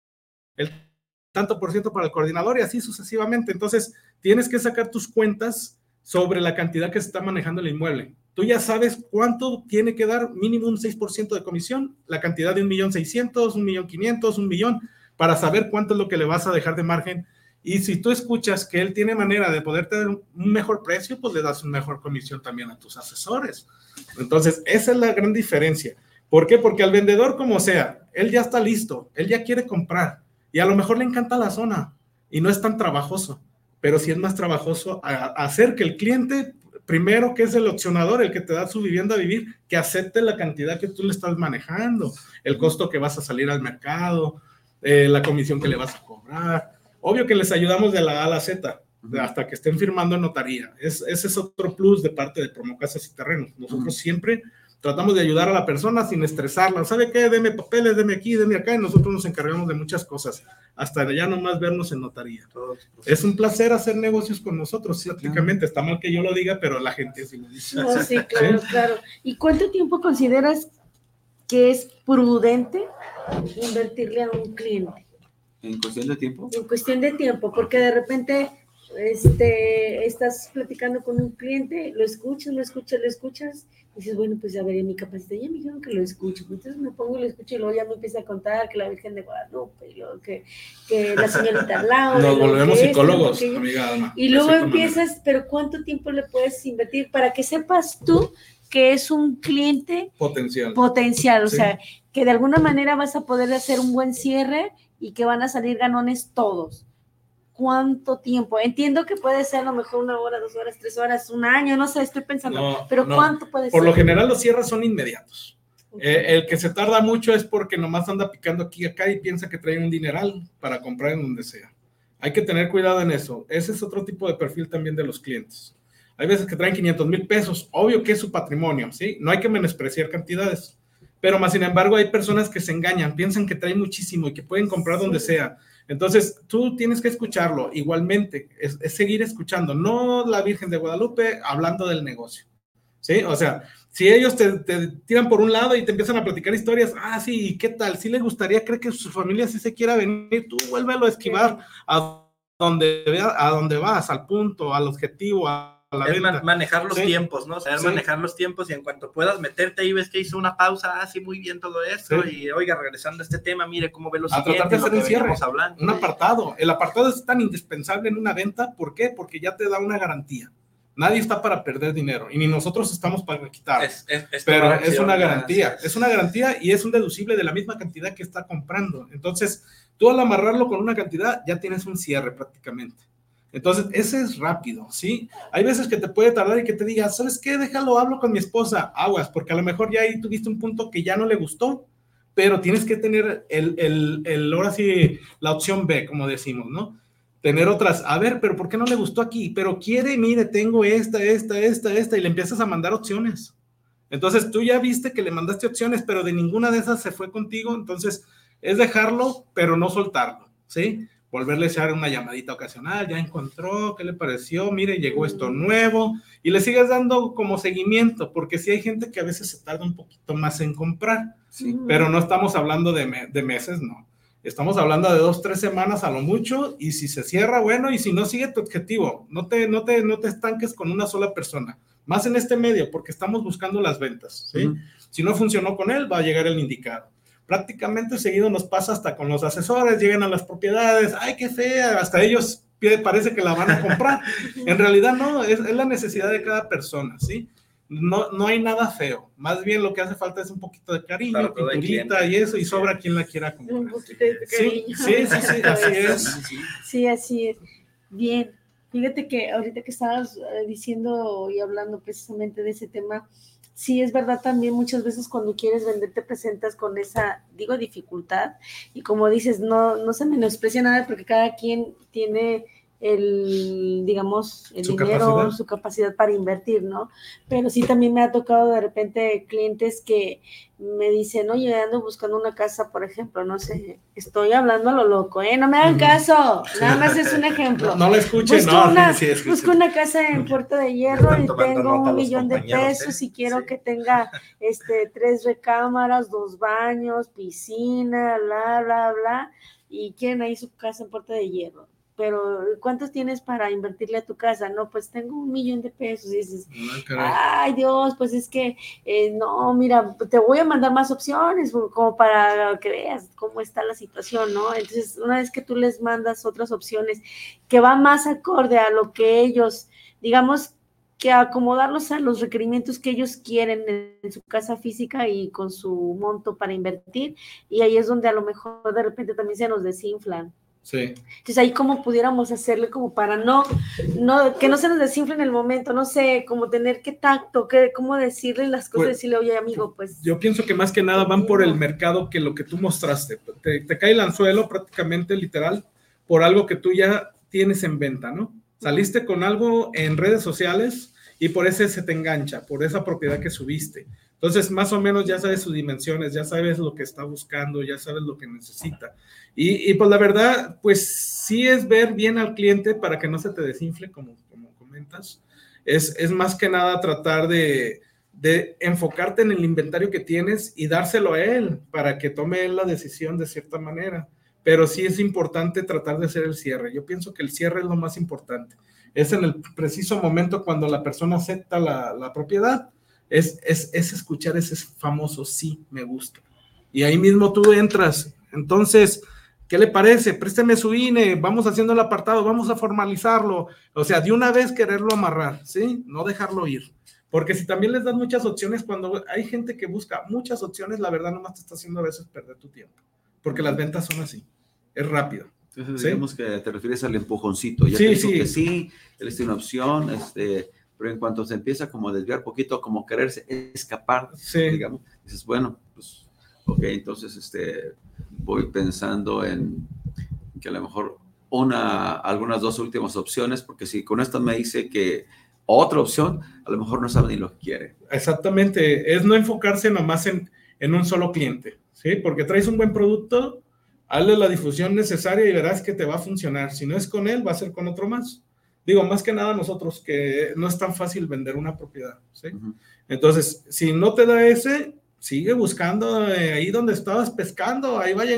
tanto por ciento para el coordinador y así sucesivamente. Entonces, tienes que sacar tus cuentas sobre la cantidad que se está manejando el inmueble. Tú ya sabes cuánto tiene que dar mínimo un 6% de comisión, la cantidad de 1.600.000, 1.500.000, 1.000.000, para saber cuánto es lo que le vas a dejar de margen. Y si tú escuchas que él tiene manera de poder tener un mejor precio, pues le das una mejor comisión también a tus asesores. Entonces, esa es la gran diferencia. ¿Por qué? Porque al vendedor, como sea, él ya está listo, él ya quiere comprar y a lo mejor le encanta la zona y no es tan trabajoso, pero sí es más trabajoso hacer que el cliente, primero que es el opcionador, el que te da su vivienda a vivir, que acepte la cantidad que tú le estás manejando, el costo que vas a salir al mercado, la comisión que le vas a cobrar. Obvio que les ayudamos de la A a la Z, hasta que estén firmando en notaría. Ese es otro plus de parte de Promocasas y Terrenos. Nosotros siempre tratamos de ayudar a la persona sin estresarla. ¿Sabe qué? Deme papeles, deme aquí, deme acá, y nosotros nos encargamos de muchas cosas, hasta ya nomás vernos en notaría. Es un placer hacer negocios con nosotros, prácticamente. Está mal que yo lo diga, pero la gente sí lo dice. No, sí, claro, ¿sí? Claro. ¿Y cuánto tiempo consideras que es prudente invertirle a un cliente? ¿En cuestión de tiempo? En cuestión de tiempo, porque de repente estás platicando con un cliente, lo escuchas, y dices, bueno, pues a ver, en mi capacidad ya me dijeron que lo escucho, entonces me pongo y lo escucho y luego ya me empieza a contar que la Virgen de Guadalupe, y luego que la señorita Laura. Nos volvemos psicólogos, amiga Alma. Y luego empiezas, pero ¿cuánto tiempo le puedes invertir para que sepas tú que es un cliente potencial, o sí, sea, que de alguna manera vas a poder hacer un buen cierre y que van a salir ganones todos? ¿Cuánto tiempo? Entiendo que puede ser a lo mejor 1 hora, 2 horas, 3 horas, un año, no sé, estoy pensando, pero ¿cuánto puede ser? Por lo general los cierres son inmediatos. El que se tarda mucho es porque nomás anda picando aquí y acá y piensa que trae un dineral para comprar en donde sea. Hay que tener cuidado en eso. Ese es otro tipo de perfil también de los clientes. Hay veces que traen 500,000 pesos, obvio que es su patrimonio, ¿sí? No hay que menospreciar cantidades, pero más sin embargo hay personas que se engañan, piensan que traen muchísimo y que pueden comprar donde sea. Entonces, tú tienes que escucharlo. Igualmente, es seguir escuchando, no la Virgen de Guadalupe hablando del negocio, ¿sí? O sea, si ellos te tiran por un lado y te empiezan a platicar historias, sí, ¿y qué tal? Si le gustaría, cree que su familia sí se quiera venir, tú vuélvelo a esquivar a donde vas, al punto, al objetivo, manejar los tiempos, ¿no? Saber sí, manejar los tiempos y en cuanto puedas meterte ahí, ves que hizo una pausa, sí, muy bien todo esto, sí, y oiga, regresando a este tema, mire cómo ve lo siguiente, tratar de hacer un cierre, hablando. Un apartado. El apartado es tan indispensable en una venta, ¿por qué? Porque ya te da una garantía. Nadie está para perder dinero y ni nosotros estamos para quitar. Pero es una garantía, es una garantía y es un deducible de la misma cantidad que está comprando. Entonces, tú al amarrarlo con una cantidad ya tienes un cierre prácticamente. Entonces, ese es rápido, ¿sí? Hay veces que te puede tardar y que te diga, ¿sabes qué? Déjalo, hablo con mi esposa, aguas, porque a lo mejor ya ahí tuviste un punto que ya no le gustó, pero tienes que tener ahora sí, la opción B, como decimos, ¿no? Tener otras, a ver, pero ¿por qué no le gustó aquí? Pero quiere, mire, tengo esta, y le empiezas a mandar opciones. Entonces, tú ya viste que le mandaste opciones, pero de ninguna de esas se fue contigo, entonces es dejarlo, pero no soltarlo, ¿sí? volverle a echar una llamadita ocasional, ya encontró, ¿qué le pareció? Mire, llegó esto nuevo, y le sigues dando como seguimiento, porque sí hay gente que a veces se tarda un poquito más en comprar, Sí. pero no estamos hablando de meses, no. Estamos hablando de 2-3 semanas a lo mucho, y si se cierra, bueno, y si no, sigue tu objetivo. No te estanques con una sola persona, más en este medio, porque estamos buscando las ventas, ¿sí? Si no funcionó con él, va a llegar el indicado. Prácticamente seguido nos pasa hasta con los asesores, llegan a las propiedades, ¡ay, qué fea! Hasta ellos parece que la van a comprar. En realidad no, es la necesidad de cada persona, ¿sí? No hay nada feo, más bien lo que hace falta es un poquito de cariño, pinturita y eso, y sobra quien la quiera comprar. Un poquito de cariño. Sí, así es. Sí, así es. Bien, fíjate que ahorita que estabas diciendo y hablando precisamente de ese tema, sí, es verdad también muchas veces cuando quieres vender te presentas con esa, dificultad, y como dices, no se menosprecia nada porque cada quien tiene el dinero, su capacidad para invertir, ¿no? Pero sí también me ha tocado de repente clientes que me dicen, oye, ando buscando una casa, por ejemplo, no sé, estoy hablando a lo loco, no me hagan caso, nada más es un ejemplo. No lo escuchen, busco una casa en Puerto de Hierro y tengo $1 millón de pesos y quiero que tenga 3 recámaras, 2 baños, piscina, bla, bla, bla, y quieren ahí su casa en Puerto de Hierro. Pero ¿cuántos tienes para invertirle a tu casa? No, pues tengo $1 millón de pesos. Y dices, ay Dios, pues es que no, mira, te voy a mandar más opciones como para que veas cómo está la situación, ¿no? Entonces, una vez que tú les mandas otras opciones que van más acorde a lo que ellos, digamos, que acomodarlos a los requerimientos que ellos quieren en su casa física y con su monto para invertir, y ahí es donde a lo mejor de repente también se nos desinflan. Sí. Entonces ahí como pudiéramos hacerle como para que no se nos desinfle en el momento, no sé, como tener qué tacto, cómo decirle las cosas, decirle, oye amigo, pues. Yo pienso que más que nada van por el mercado que lo que tú mostraste, te cae el anzuelo prácticamente literal por algo que tú ya tienes en venta, ¿no? Saliste con algo en redes sociales y por ese se te engancha, por esa propiedad que subiste. Entonces, más o menos ya sabes sus dimensiones, ya sabes lo que está buscando, ya sabes lo que necesita. Y pues la verdad, pues sí es ver bien al cliente para que no se te desinfle, como comentas. Es más que nada tratar de enfocarte en el inventario que tienes y dárselo a él para que tome él la decisión de cierta manera. Pero sí es importante tratar de hacer el cierre. Yo pienso que el cierre es lo más importante. Es en el preciso momento cuando la persona acepta la propiedad, es escuchar ese famoso sí, me gusta. Y ahí mismo tú entras. Entonces, ¿qué le parece? Présteme su INE, vamos haciendo el apartado, vamos a formalizarlo. O sea, de una vez quererlo amarrar, ¿sí? No dejarlo ir. Porque si también les das muchas opciones, cuando hay gente que busca muchas opciones, la verdad nomás te está haciendo a veces perder tu tiempo. Porque las ventas son así, es rápido. Entonces, ¿sí? digamos que te refieres al empujoncito. Ya sí, te dijo que sí, él tiene una opción, pero en cuanto se empieza como a desviar poquito, como quererse escapar, digamos, dices, bueno, pues, ok, entonces voy pensando en que a lo mejor algunas 2 últimas opciones, porque si con esto me dice que otra opción, a lo mejor no sabe ni lo que quiere. Exactamente, es no enfocarse nomás en un solo cliente, ¿sí? Porque traes un buen producto, hazle la difusión necesaria y verás que te va a funcionar. Si no es con él, va a ser con otro más. Digo, más que nada nosotros, que no es tan fácil vender una propiedad, ¿sí? Uh-huh. Entonces, si no te da ese, sigue buscando ahí donde estabas pescando, ahí va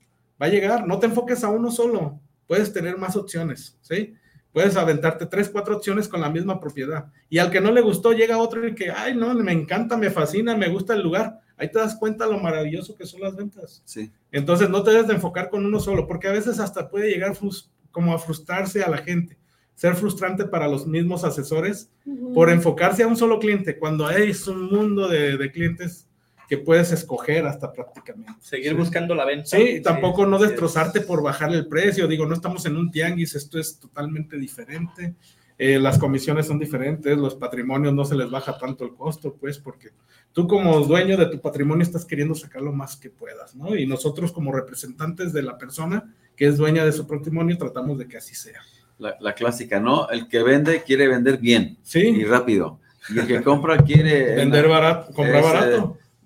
a llegar, no te enfoques a uno solo, puedes tener más opciones, ¿sí? Puedes aventarte 3, 4 opciones con la misma propiedad, y al que no le gustó llega otro y que, ay no, me encanta, me fascina, me gusta el lugar, ahí te das cuenta lo maravilloso que son las ventas. Sí. Entonces no te debes de enfocar con uno solo, porque a veces hasta puede llegar como a frustrarse a la gente, ser frustrante para los mismos asesores, por enfocarse a un solo cliente, cuando hay un mundo de clientes que puedes escoger hasta prácticamente. Seguir buscando la venta. Sí, tampoco no destrozarte por bajarle el precio. Digo, no estamos en un tianguis, esto es totalmente diferente. Las comisiones son diferentes, los patrimonios no se les baja tanto el costo, pues, porque tú como dueño de tu patrimonio estás queriendo sacar lo más que puedas, ¿no? Y nosotros como representantes de la persona que es dueña de su patrimonio tratamos de que así sea. La clásica, ¿no? El que vende quiere vender bien, sí, y rápido. Y el que compra quiere... vender barato, comprar barato.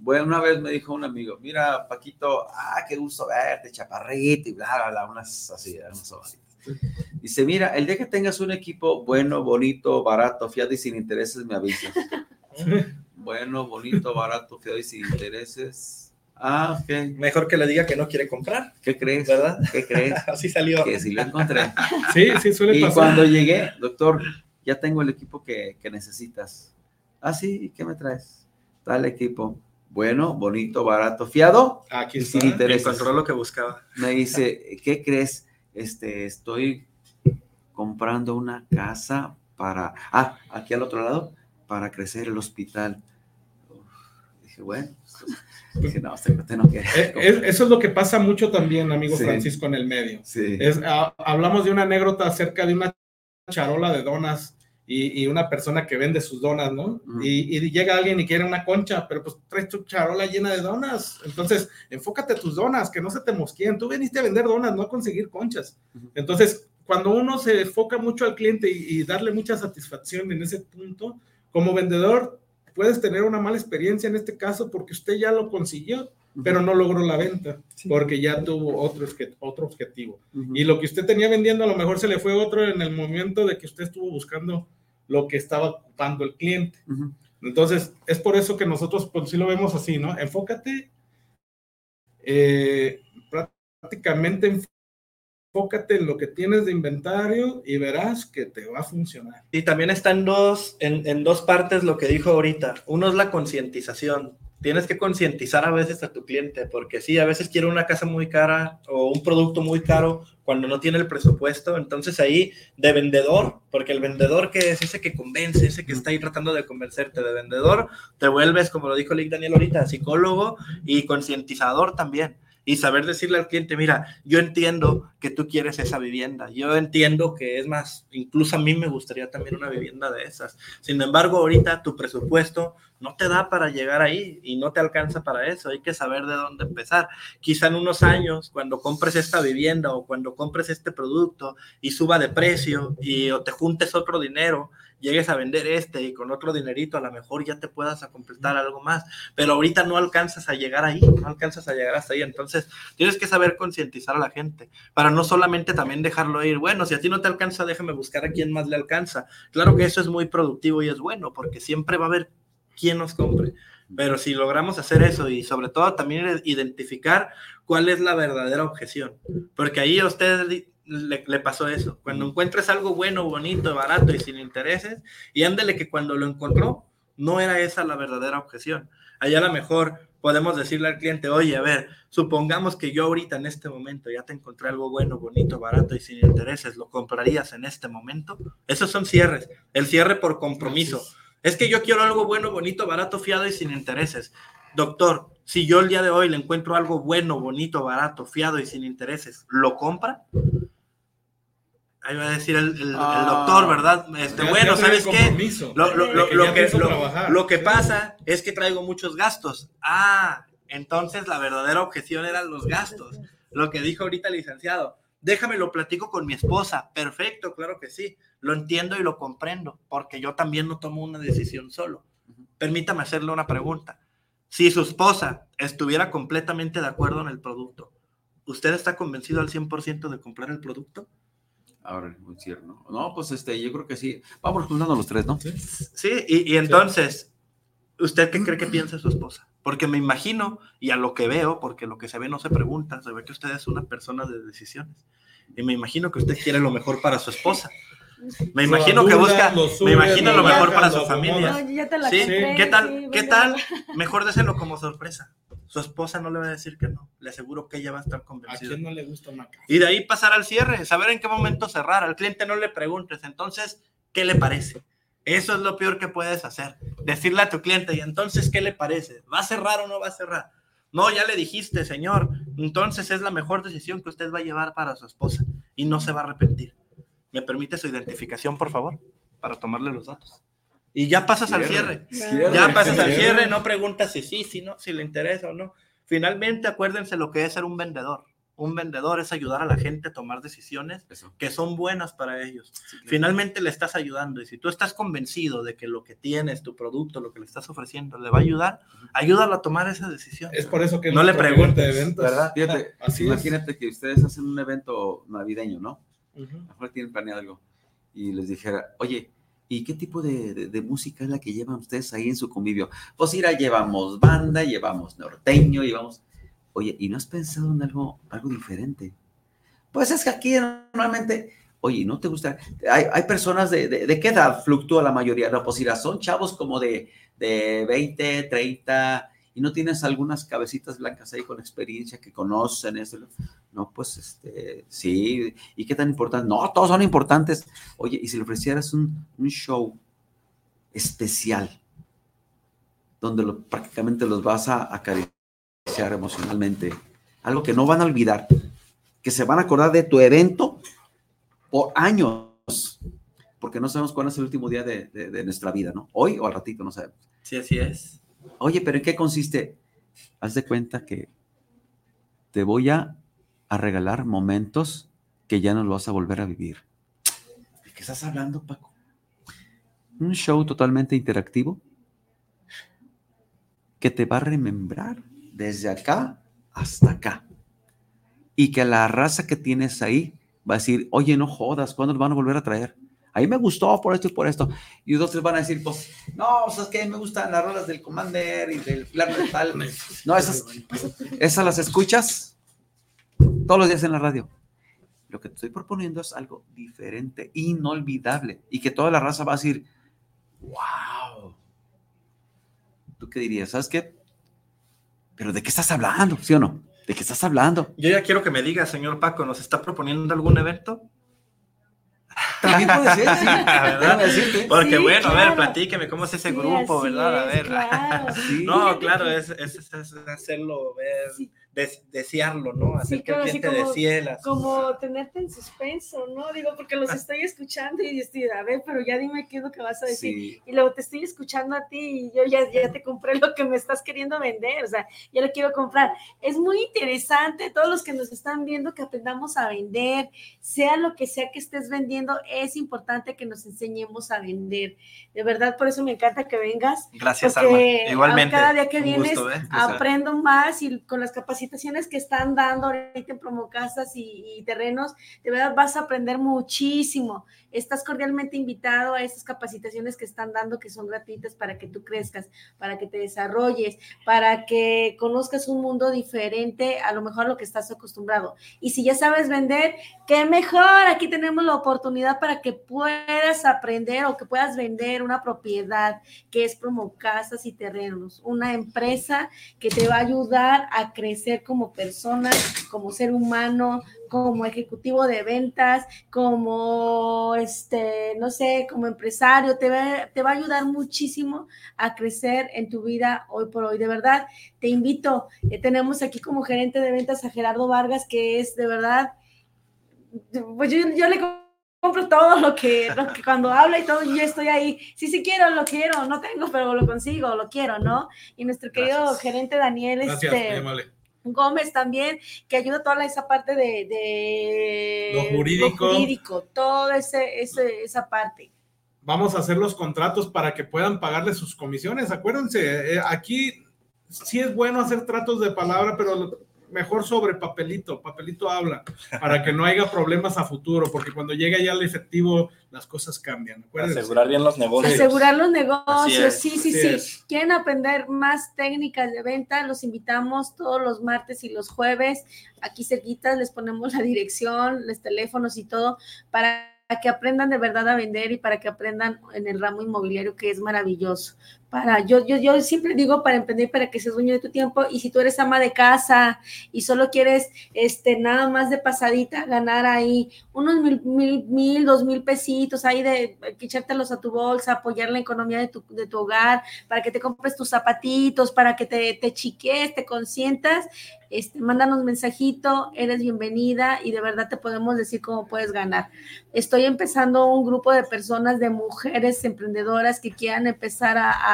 Bueno, una vez me dijo un amigo, mira, Paquito, qué gusto verte, chaparrito, y bla, bla, bla, unas así, unas ovalitas. Dice, mira, el día que tengas un equipo bueno, bonito, barato, fiado y sin intereses, me avisas. Bueno, bonito, barato, fiado y sin intereses. Ok. Mejor que le diga que no quiere comprar. ¿Qué crees? ¿Verdad? ¿Qué crees? Así salió. Que sí lo encontré. Sí, suele pasar. Y cuando llegué, doctor, ya tengo el equipo que necesitas. Sí, ¿y qué me traes? Tal equipo. Bueno, bonito, barato, fiado. Aquí y está. sin intereses. Encontró lo que buscaba. Me dice, ¿qué crees? Estoy comprando una casa para, aquí al otro lado, para crecer el hospital. Dije, bueno, dije, no, usted no quiere. Eso es lo que pasa mucho también, amigo Sí. Francisco, en el medio. Sí. Hablamos de una anécdota acerca de una charola de donas y una persona que vende sus donas, ¿no? Y llega alguien y quiere una concha, pero pues traes tu charola llena de donas. Entonces, enfócate a tus donas, que no se te mosqueen. Tú viniste a vender donas, no a conseguir conchas. Entonces, cuando uno se enfoca mucho al cliente y darle mucha satisfacción en ese punto, como vendedor, puedes tener una mala experiencia en este caso porque usted ya lo consiguió, pero no logró la venta, porque ya tuvo otro objetivo. Y lo que usted tenía vendiendo a lo mejor se le fue otro en el momento de que usted estuvo buscando lo que estaba ocupando el cliente. Entonces, es por eso que nosotros pues sí lo vemos así, ¿no? Enfócate, prácticamente enfócate en lo que tienes de inventario y verás que te va a funcionar. Y también está en dos partes lo que dijo ahorita. Uno es la concientización. Tienes que concientizar a veces a tu cliente, porque sí, a veces quiere una casa muy cara o un producto muy caro cuando no tiene el presupuesto. Entonces ahí, de vendedor, porque el vendedor que es ese que convence, ese que está ahí tratando de convencerte, de vendedor, te vuelves, como lo dijo Lick Daniel ahorita, psicólogo y concientizador también. Y saber decirle al cliente, mira, yo entiendo que tú quieres esa vivienda, yo entiendo que es más, incluso a mí me gustaría también una vivienda de esas. Sin embargo, ahorita tu presupuesto no te da para llegar ahí y no te alcanza para eso, hay que saber de dónde empezar. Quizá en unos años, cuando compres esta vivienda o cuando compres este producto y suba de precio o te juntes otro dinero, llegues a vender y con otro dinerito a lo mejor ya te puedas a completar algo más, pero ahorita no alcanzas a llegar ahí, no alcanzas a llegar hasta ahí. Entonces tienes que saber concientizar a la gente para no solamente también dejarlo ir. Bueno, si a ti no te alcanza, déjame buscar a quién más le alcanza. Claro que eso es muy productivo y es bueno porque siempre va a haber quien nos compre, pero si logramos hacer eso y sobre todo también identificar cuál es la verdadera objeción, porque ahí a usted le pasó eso, cuando encuentres algo bueno, bonito, barato y sin intereses, y ándele que cuando lo encontró no era esa la verdadera objeción. Allá a lo mejor podemos decirle al cliente, oye, a ver, supongamos que yo ahorita en este momento ya te encontré algo bueno, bonito, barato y sin intereses, ¿lo comprarías en este momento? Esos son cierres, el cierre por compromiso. Es que yo quiero algo bueno, bonito, barato, fiado y sin intereses. Doctor, si yo el día de hoy le encuentro algo bueno, bonito, barato, fiado y sin intereses, ¿lo compra? Ahí va a decir el doctor, ¿verdad? Bueno, ¿sabes qué? Lo que pasa es que traigo muchos gastos. Entonces la verdadera objeción eran los gastos. Lo que dijo ahorita el licenciado. Déjame lo platico con mi esposa. Perfecto, claro que sí. Lo entiendo y lo comprendo, porque yo también no tomo una decisión solo. Permítame hacerle una pregunta. Si su esposa estuviera completamente de acuerdo en el producto, ¿usted está convencido al 100% de comprar el producto? Ahora, muy cierto, ¿no? No, pues yo creo que sí. Vamos juntando los tres, ¿no? Sí, y entonces, ¿usted qué cree que piensa su esposa? Porque me imagino, y a lo que veo, porque lo que se ve no se pregunta, se ve que usted es una persona de decisiones. Y me imagino que usted quiere lo mejor para su esposa. Me imagino que busca, me imagino lo mejor para su familia. ¿Sí? ¿Qué tal? Mejor déselo como sorpresa. Su esposa no le va a decir que no. Le aseguro que ella va a estar convencida. ¿A quién no le gusta una casa? Y de ahí pasar al cierre, saber en qué momento cerrar. Al cliente no le preguntes, entonces, ¿qué le parece? Eso es lo peor que puedes hacer. Decirle a tu cliente, y entonces, ¿qué le parece? ¿Va a cerrar o no va a cerrar? No, ya le dijiste, señor. Entonces es la mejor decisión que usted va a llevar para su esposa y no se va a arrepentir. ¿Me permite su identificación, por favor? Para tomarle los datos. Y ya pasas al cierre. Ya pasas al cierre, no preguntas si sí, si no, si le interesa o no. Finalmente, acuérdense lo que es ser un vendedor. Un vendedor es ayudar a la gente a tomar decisiones que son buenas para ellos. Sí, claro. Finalmente le estás ayudando, y si tú estás convencido de que lo que tienes, tu producto, lo que le estás ofreciendo, le va a ayudar, ayúdalo a tomar esa decisión. Es por eso que no le preguntes, de ventas, ¿verdad? Fíjate, así imagínate que ustedes hacen un evento navideño, ¿no? Mejor tienen planeado algo, y les dijera, oye, ¿y qué tipo de música es la que llevan ustedes ahí en su convivio? Pues mira, llevamos banda, llevamos norteño, llevamos... Oye, ¿y no has pensado en algo diferente? Pues es que aquí normalmente, oye, ¿no te gusta? Hay personas de qué edad fluctúa la mayoría. No, pues mira, son chavos como de 20, 30, y no tienes algunas cabecitas blancas ahí con experiencia que conocen eso. No, pues sí. ¿Y qué tan importante? No, todos son importantes. Oye, ¿y si le ofrecieras un show especial donde prácticamente los vas a acariciar emocionalmente, algo que no van a olvidar, que se van a acordar de tu evento por años, porque no sabemos cuándo es el último día de nuestra vida, ¿no? Hoy o al ratito, no sabemos. Sí, así es. Oye, pero ¿en qué consiste? Haz de cuenta que te voy a regalar momentos que ya no lo vas a volver a vivir. ¿De qué estás hablando, Paco? Un show totalmente interactivo que te va a remembrar desde acá hasta acá, y que la raza que tienes ahí va a decir, oye, no jodas, ¿cuándo lo van a volver a traer? A mí me gustó por esto y por esto. Y otros van a decir, pues, no, ¿sabes qué? Me gustan las rolas del Commander y del plan metal. No, esas las escuchas todos los días en la radio. Lo que te estoy proponiendo es algo diferente, inolvidable, y que toda la raza va a decir, wow. ¿Tú qué dirías? ¿Sabes qué? ¿Pero de qué estás hablando? ¿Sí o no? ¿De qué estás hablando? Yo ya quiero que me diga, señor Paco, ¿nos está proponiendo algún evento? También puede ser, sí. ¿Verdad? Porque sí, bueno, claro. A ver, platíqueme cómo es ese grupo, ¿verdad? A ver. Claro. Sí. No, claro, es hacerlo ver, Sí. Desearlo, ¿no? Hacer Sí, que el claro, cliente así desee las como tenerte en suspenso, ¿no? Digo, porque los estoy escuchando y estoy, a ver, pero ya dime qué es lo que vas a decir. Sí. Y luego te estoy escuchando a ti y yo ya te compré lo que me estás queriendo vender, o sea, ya lo quiero comprar. Es muy interesante, todos los que nos están viendo, que aprendamos a vender, sea lo que sea que estés vendiendo, es importante que nos enseñemos a vender. De verdad, por eso me encanta que vengas. Gracias, Alma. Igualmente. Cada día que vienes, gusto, aprendo más, y con las capacitaciones que están dando ahorita en Promocasas y terrenos, de verdad vas a aprender muchísimo. Estás cordialmente invitado a estas capacitaciones que están dando, que son gratuitas, para que tú crezcas, para que te desarrolles, para que conozcas un mundo diferente a lo mejor a lo que estás acostumbrado. Y si ya sabes vender, qué mejor, aquí tenemos la oportunidad para que puedas aprender o que puedas vender una propiedad, que es Promocasas y Terrenos, una empresa que te va a ayudar a crecer como persona, como ser humano, como ejecutivo de ventas, como no sé, como empresario. Te va a ayudar muchísimo a crecer en tu vida hoy por hoy. De verdad, te invito. Tenemos aquí como gerente de ventas a Gerardo Vargas, que es de verdad, pues yo le compro todo lo que cuando habla y todo, yo estoy ahí. Sí quiero, lo quiero, no tengo, pero lo consigo, lo quiero, ¿no? Y nuestro querido gerente Daniel, Gómez también, que ayuda toda esa parte de lo jurídico, toda esa parte. Vamos a hacer los contratos para que puedan pagarle sus comisiones. Acuérdense, aquí sí es bueno hacer tratos de palabra, pero mejor sobre papelito habla, para que no haya problemas a futuro, porque cuando llega ya el efectivo, las cosas cambian. Acuérdense. Asegurar bien los negocios. Asegurar los negocios, sí. Es. Quieren aprender más técnicas de venta, los invitamos todos los martes y los jueves, aquí cerquitas, les ponemos la dirección, los teléfonos y todo, para que aprendan de verdad a vender y para que aprendan en el ramo inmobiliario, que es maravilloso. Yo siempre digo, para emprender, para que seas dueño de tu tiempo. Y si tú eres ama de casa y solo quieres nada más de pasadita ganar ahí unos 1,000, 2,000 pesitos ahí, de echártelos a tu bolsa, apoyar la economía de tu hogar, para que te compres tus zapatitos, para que te chiques, te consientas, mándanos mensajito, eres bienvenida, y de verdad te podemos decir cómo puedes ganar. Estoy empezando un grupo de personas, de mujeres emprendedoras que quieran empezar a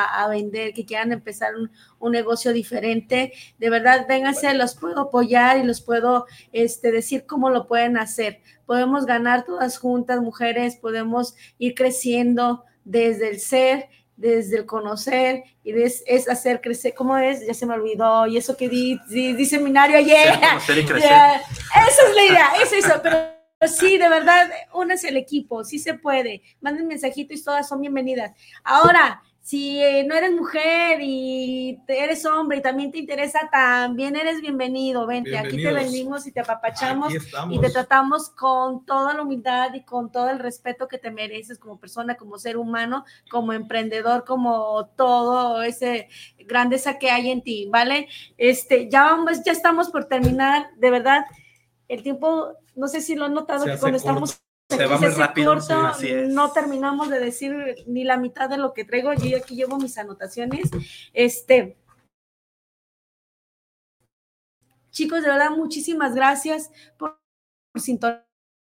a vender, que quieran empezar un negocio diferente, de verdad, vénganse, los puedo apoyar y los puedo decir cómo lo pueden hacer. Podemos ganar todas juntas, mujeres, podemos ir creciendo desde el ser, desde el conocer, y es hacer crecer. ¿Cómo es? Ya se me olvidó, y eso que di seminario ayer. Conocer y crecer. Esa es la idea, es eso, pero sí, de verdad, únanse al equipo, sí se puede, manden mensajito y todas son bienvenidas. Ahora, si no eres mujer y eres hombre y también te interesa, también eres bienvenido, vente, aquí te venimos y te apapachamos y te tratamos con toda la humildad y con todo el respeto que te mereces como persona, como ser humano, como emprendedor, como todo ese grandeza que hay en ti, ¿vale? Ya estamos por terminar, de verdad, el tiempo, no sé si lo han notado, que cuando estamos se va muy rápido, corto, sí, no terminamos de decir ni la mitad de lo que traigo. Yo aquí llevo mis anotaciones. Chicos, de verdad, muchísimas gracias por sintonizarnos.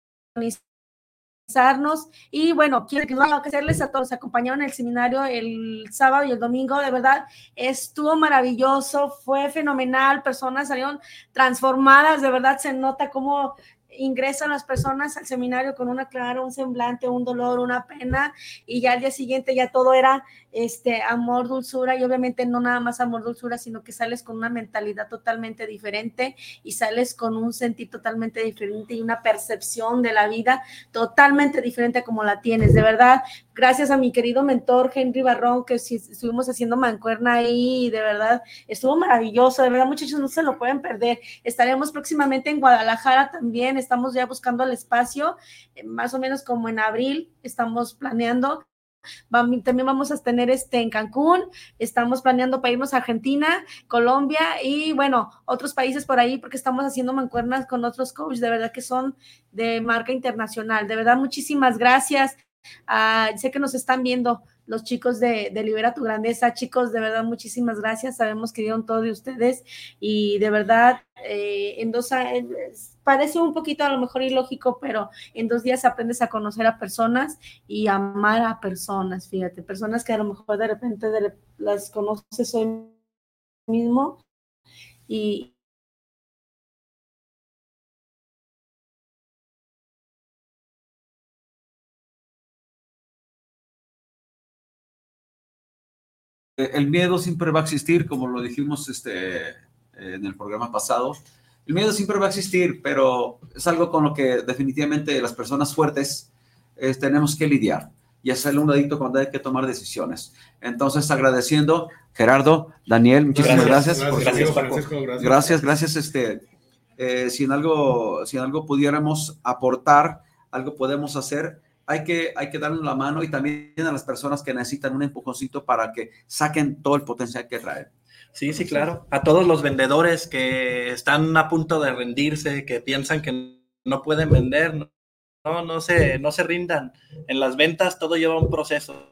Y bueno, quiero agradecerles a todos, acompañaron el seminario el sábado y el domingo, de verdad, estuvo maravilloso, fue fenomenal, personas salieron transformadas, de verdad se nota cómo ingresan las personas al seminario con una clara, un semblante, un dolor, una pena, y ya al día siguiente ya todo era amor, dulzura, y obviamente no nada más amor, dulzura, sino que sales con una mentalidad totalmente diferente y sales con un sentir totalmente diferente y una percepción de la vida totalmente diferente a como la tienes, de verdad. Gracias a mi querido mentor Henry Barrón, que estuvimos haciendo mancuerna ahí, y de verdad estuvo maravilloso, de verdad, muchachos, no se lo pueden perder. Estaremos próximamente en Guadalajara también, estamos ya buscando el espacio, más o menos como en abril, estamos planeando. También vamos a tener en Cancún, estamos planeando para irnos a Argentina, Colombia y bueno, otros países por ahí, porque estamos haciendo mancuernas con otros coaches, de verdad que son de marca internacional. De verdad, muchísimas gracias. Sé que nos están viendo los chicos de Libera tu Grandeza. Chicos, de verdad, muchísimas gracias. Sabemos que dieron todo de ustedes y de verdad, en 2 años, parece un poquito a lo mejor ilógico, pero en 2 días aprendes a conocer a personas y amar a personas, fíjate, personas que a lo mejor de repente las conoces hoy mismo y El miedo siempre va a existir, como lo dijimos en el programa pasado. El miedo siempre va a existir, pero es algo con lo que definitivamente las personas fuertes tenemos que lidiar y hacerle un ladito cuando hay que tomar decisiones. Entonces, agradeciendo, Gerardo, Daniel, muchísimas gracias. Gracias. Si en algo pudiéramos aportar, algo podemos hacer, hay que darle la mano y también a las personas que necesitan un empujoncito para que saquen todo el potencial que traen. Sí, claro. A todos los vendedores que están a punto de rendirse, que piensan que no pueden vender, no se rindan. En las ventas todo lleva un proceso.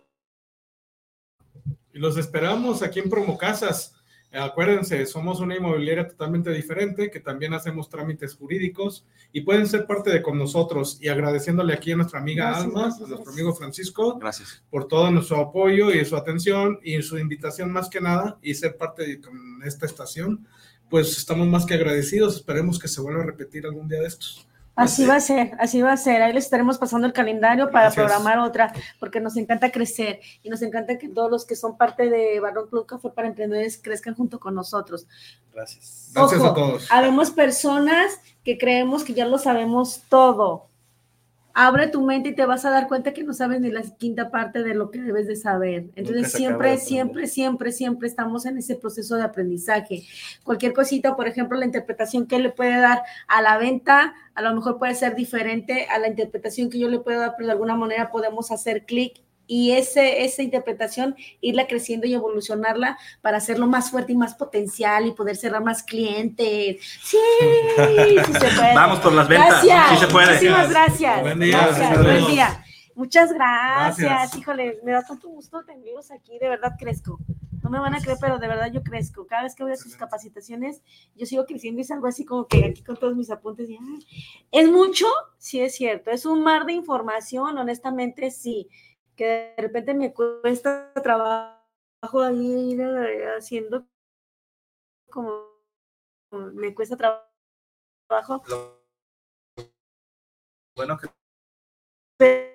Y los esperamos aquí en Promocasas. Acuérdense, somos una inmobiliaria totalmente diferente, que también hacemos trámites jurídicos y pueden ser parte con nosotros. Y agradeciéndole aquí a nuestra amiga Alma, a nuestro amigo Francisco, por todo nuestro apoyo y su atención y su invitación más que nada y ser parte de esta estación, pues estamos más que agradecidos. Esperemos que se vuelva a repetir algún día de estos. Así va a ser. Ahí les estaremos pasando el calendario para programar otra, porque nos encanta crecer y nos encanta que todos los que son parte de Barrón Club Café para Emprendedores crezcan junto con nosotros. Gracias. Gracias a todos. Habemos personas que creemos que ya lo sabemos todo. Abre tu mente y te vas a dar cuenta que no sabes ni la quinta parte de lo que debes de saber. Entonces siempre estamos en ese proceso de aprendizaje. Cualquier cosita, por ejemplo, la interpretación que le puede dar a la venta, a lo mejor puede ser diferente a la interpretación que yo le puedo dar, pero de alguna manera podemos hacer clic y esa interpretación irla creciendo y evolucionarla para hacerlo más fuerte y más potencial y poder cerrar más clientes. Sí se puede. Vamos por las ventas. Gracias. Sí se puede. Muchísimas gracias. Buen día. Buen día. Muchas gracias. Híjole, me da tanto gusto tenerlos aquí, de verdad crezco. No me van a creer, pero de verdad yo crezco. Cada vez que voy a sus capacitaciones, yo sigo creciendo y salgo así como que aquí con todos mis apuntes. Y, ¿es mucho? Sí, es cierto. Es un mar de información, honestamente, sí. Que de repente me cuesta trabajo ahí haciendo como me cuesta trabajo. Bueno, que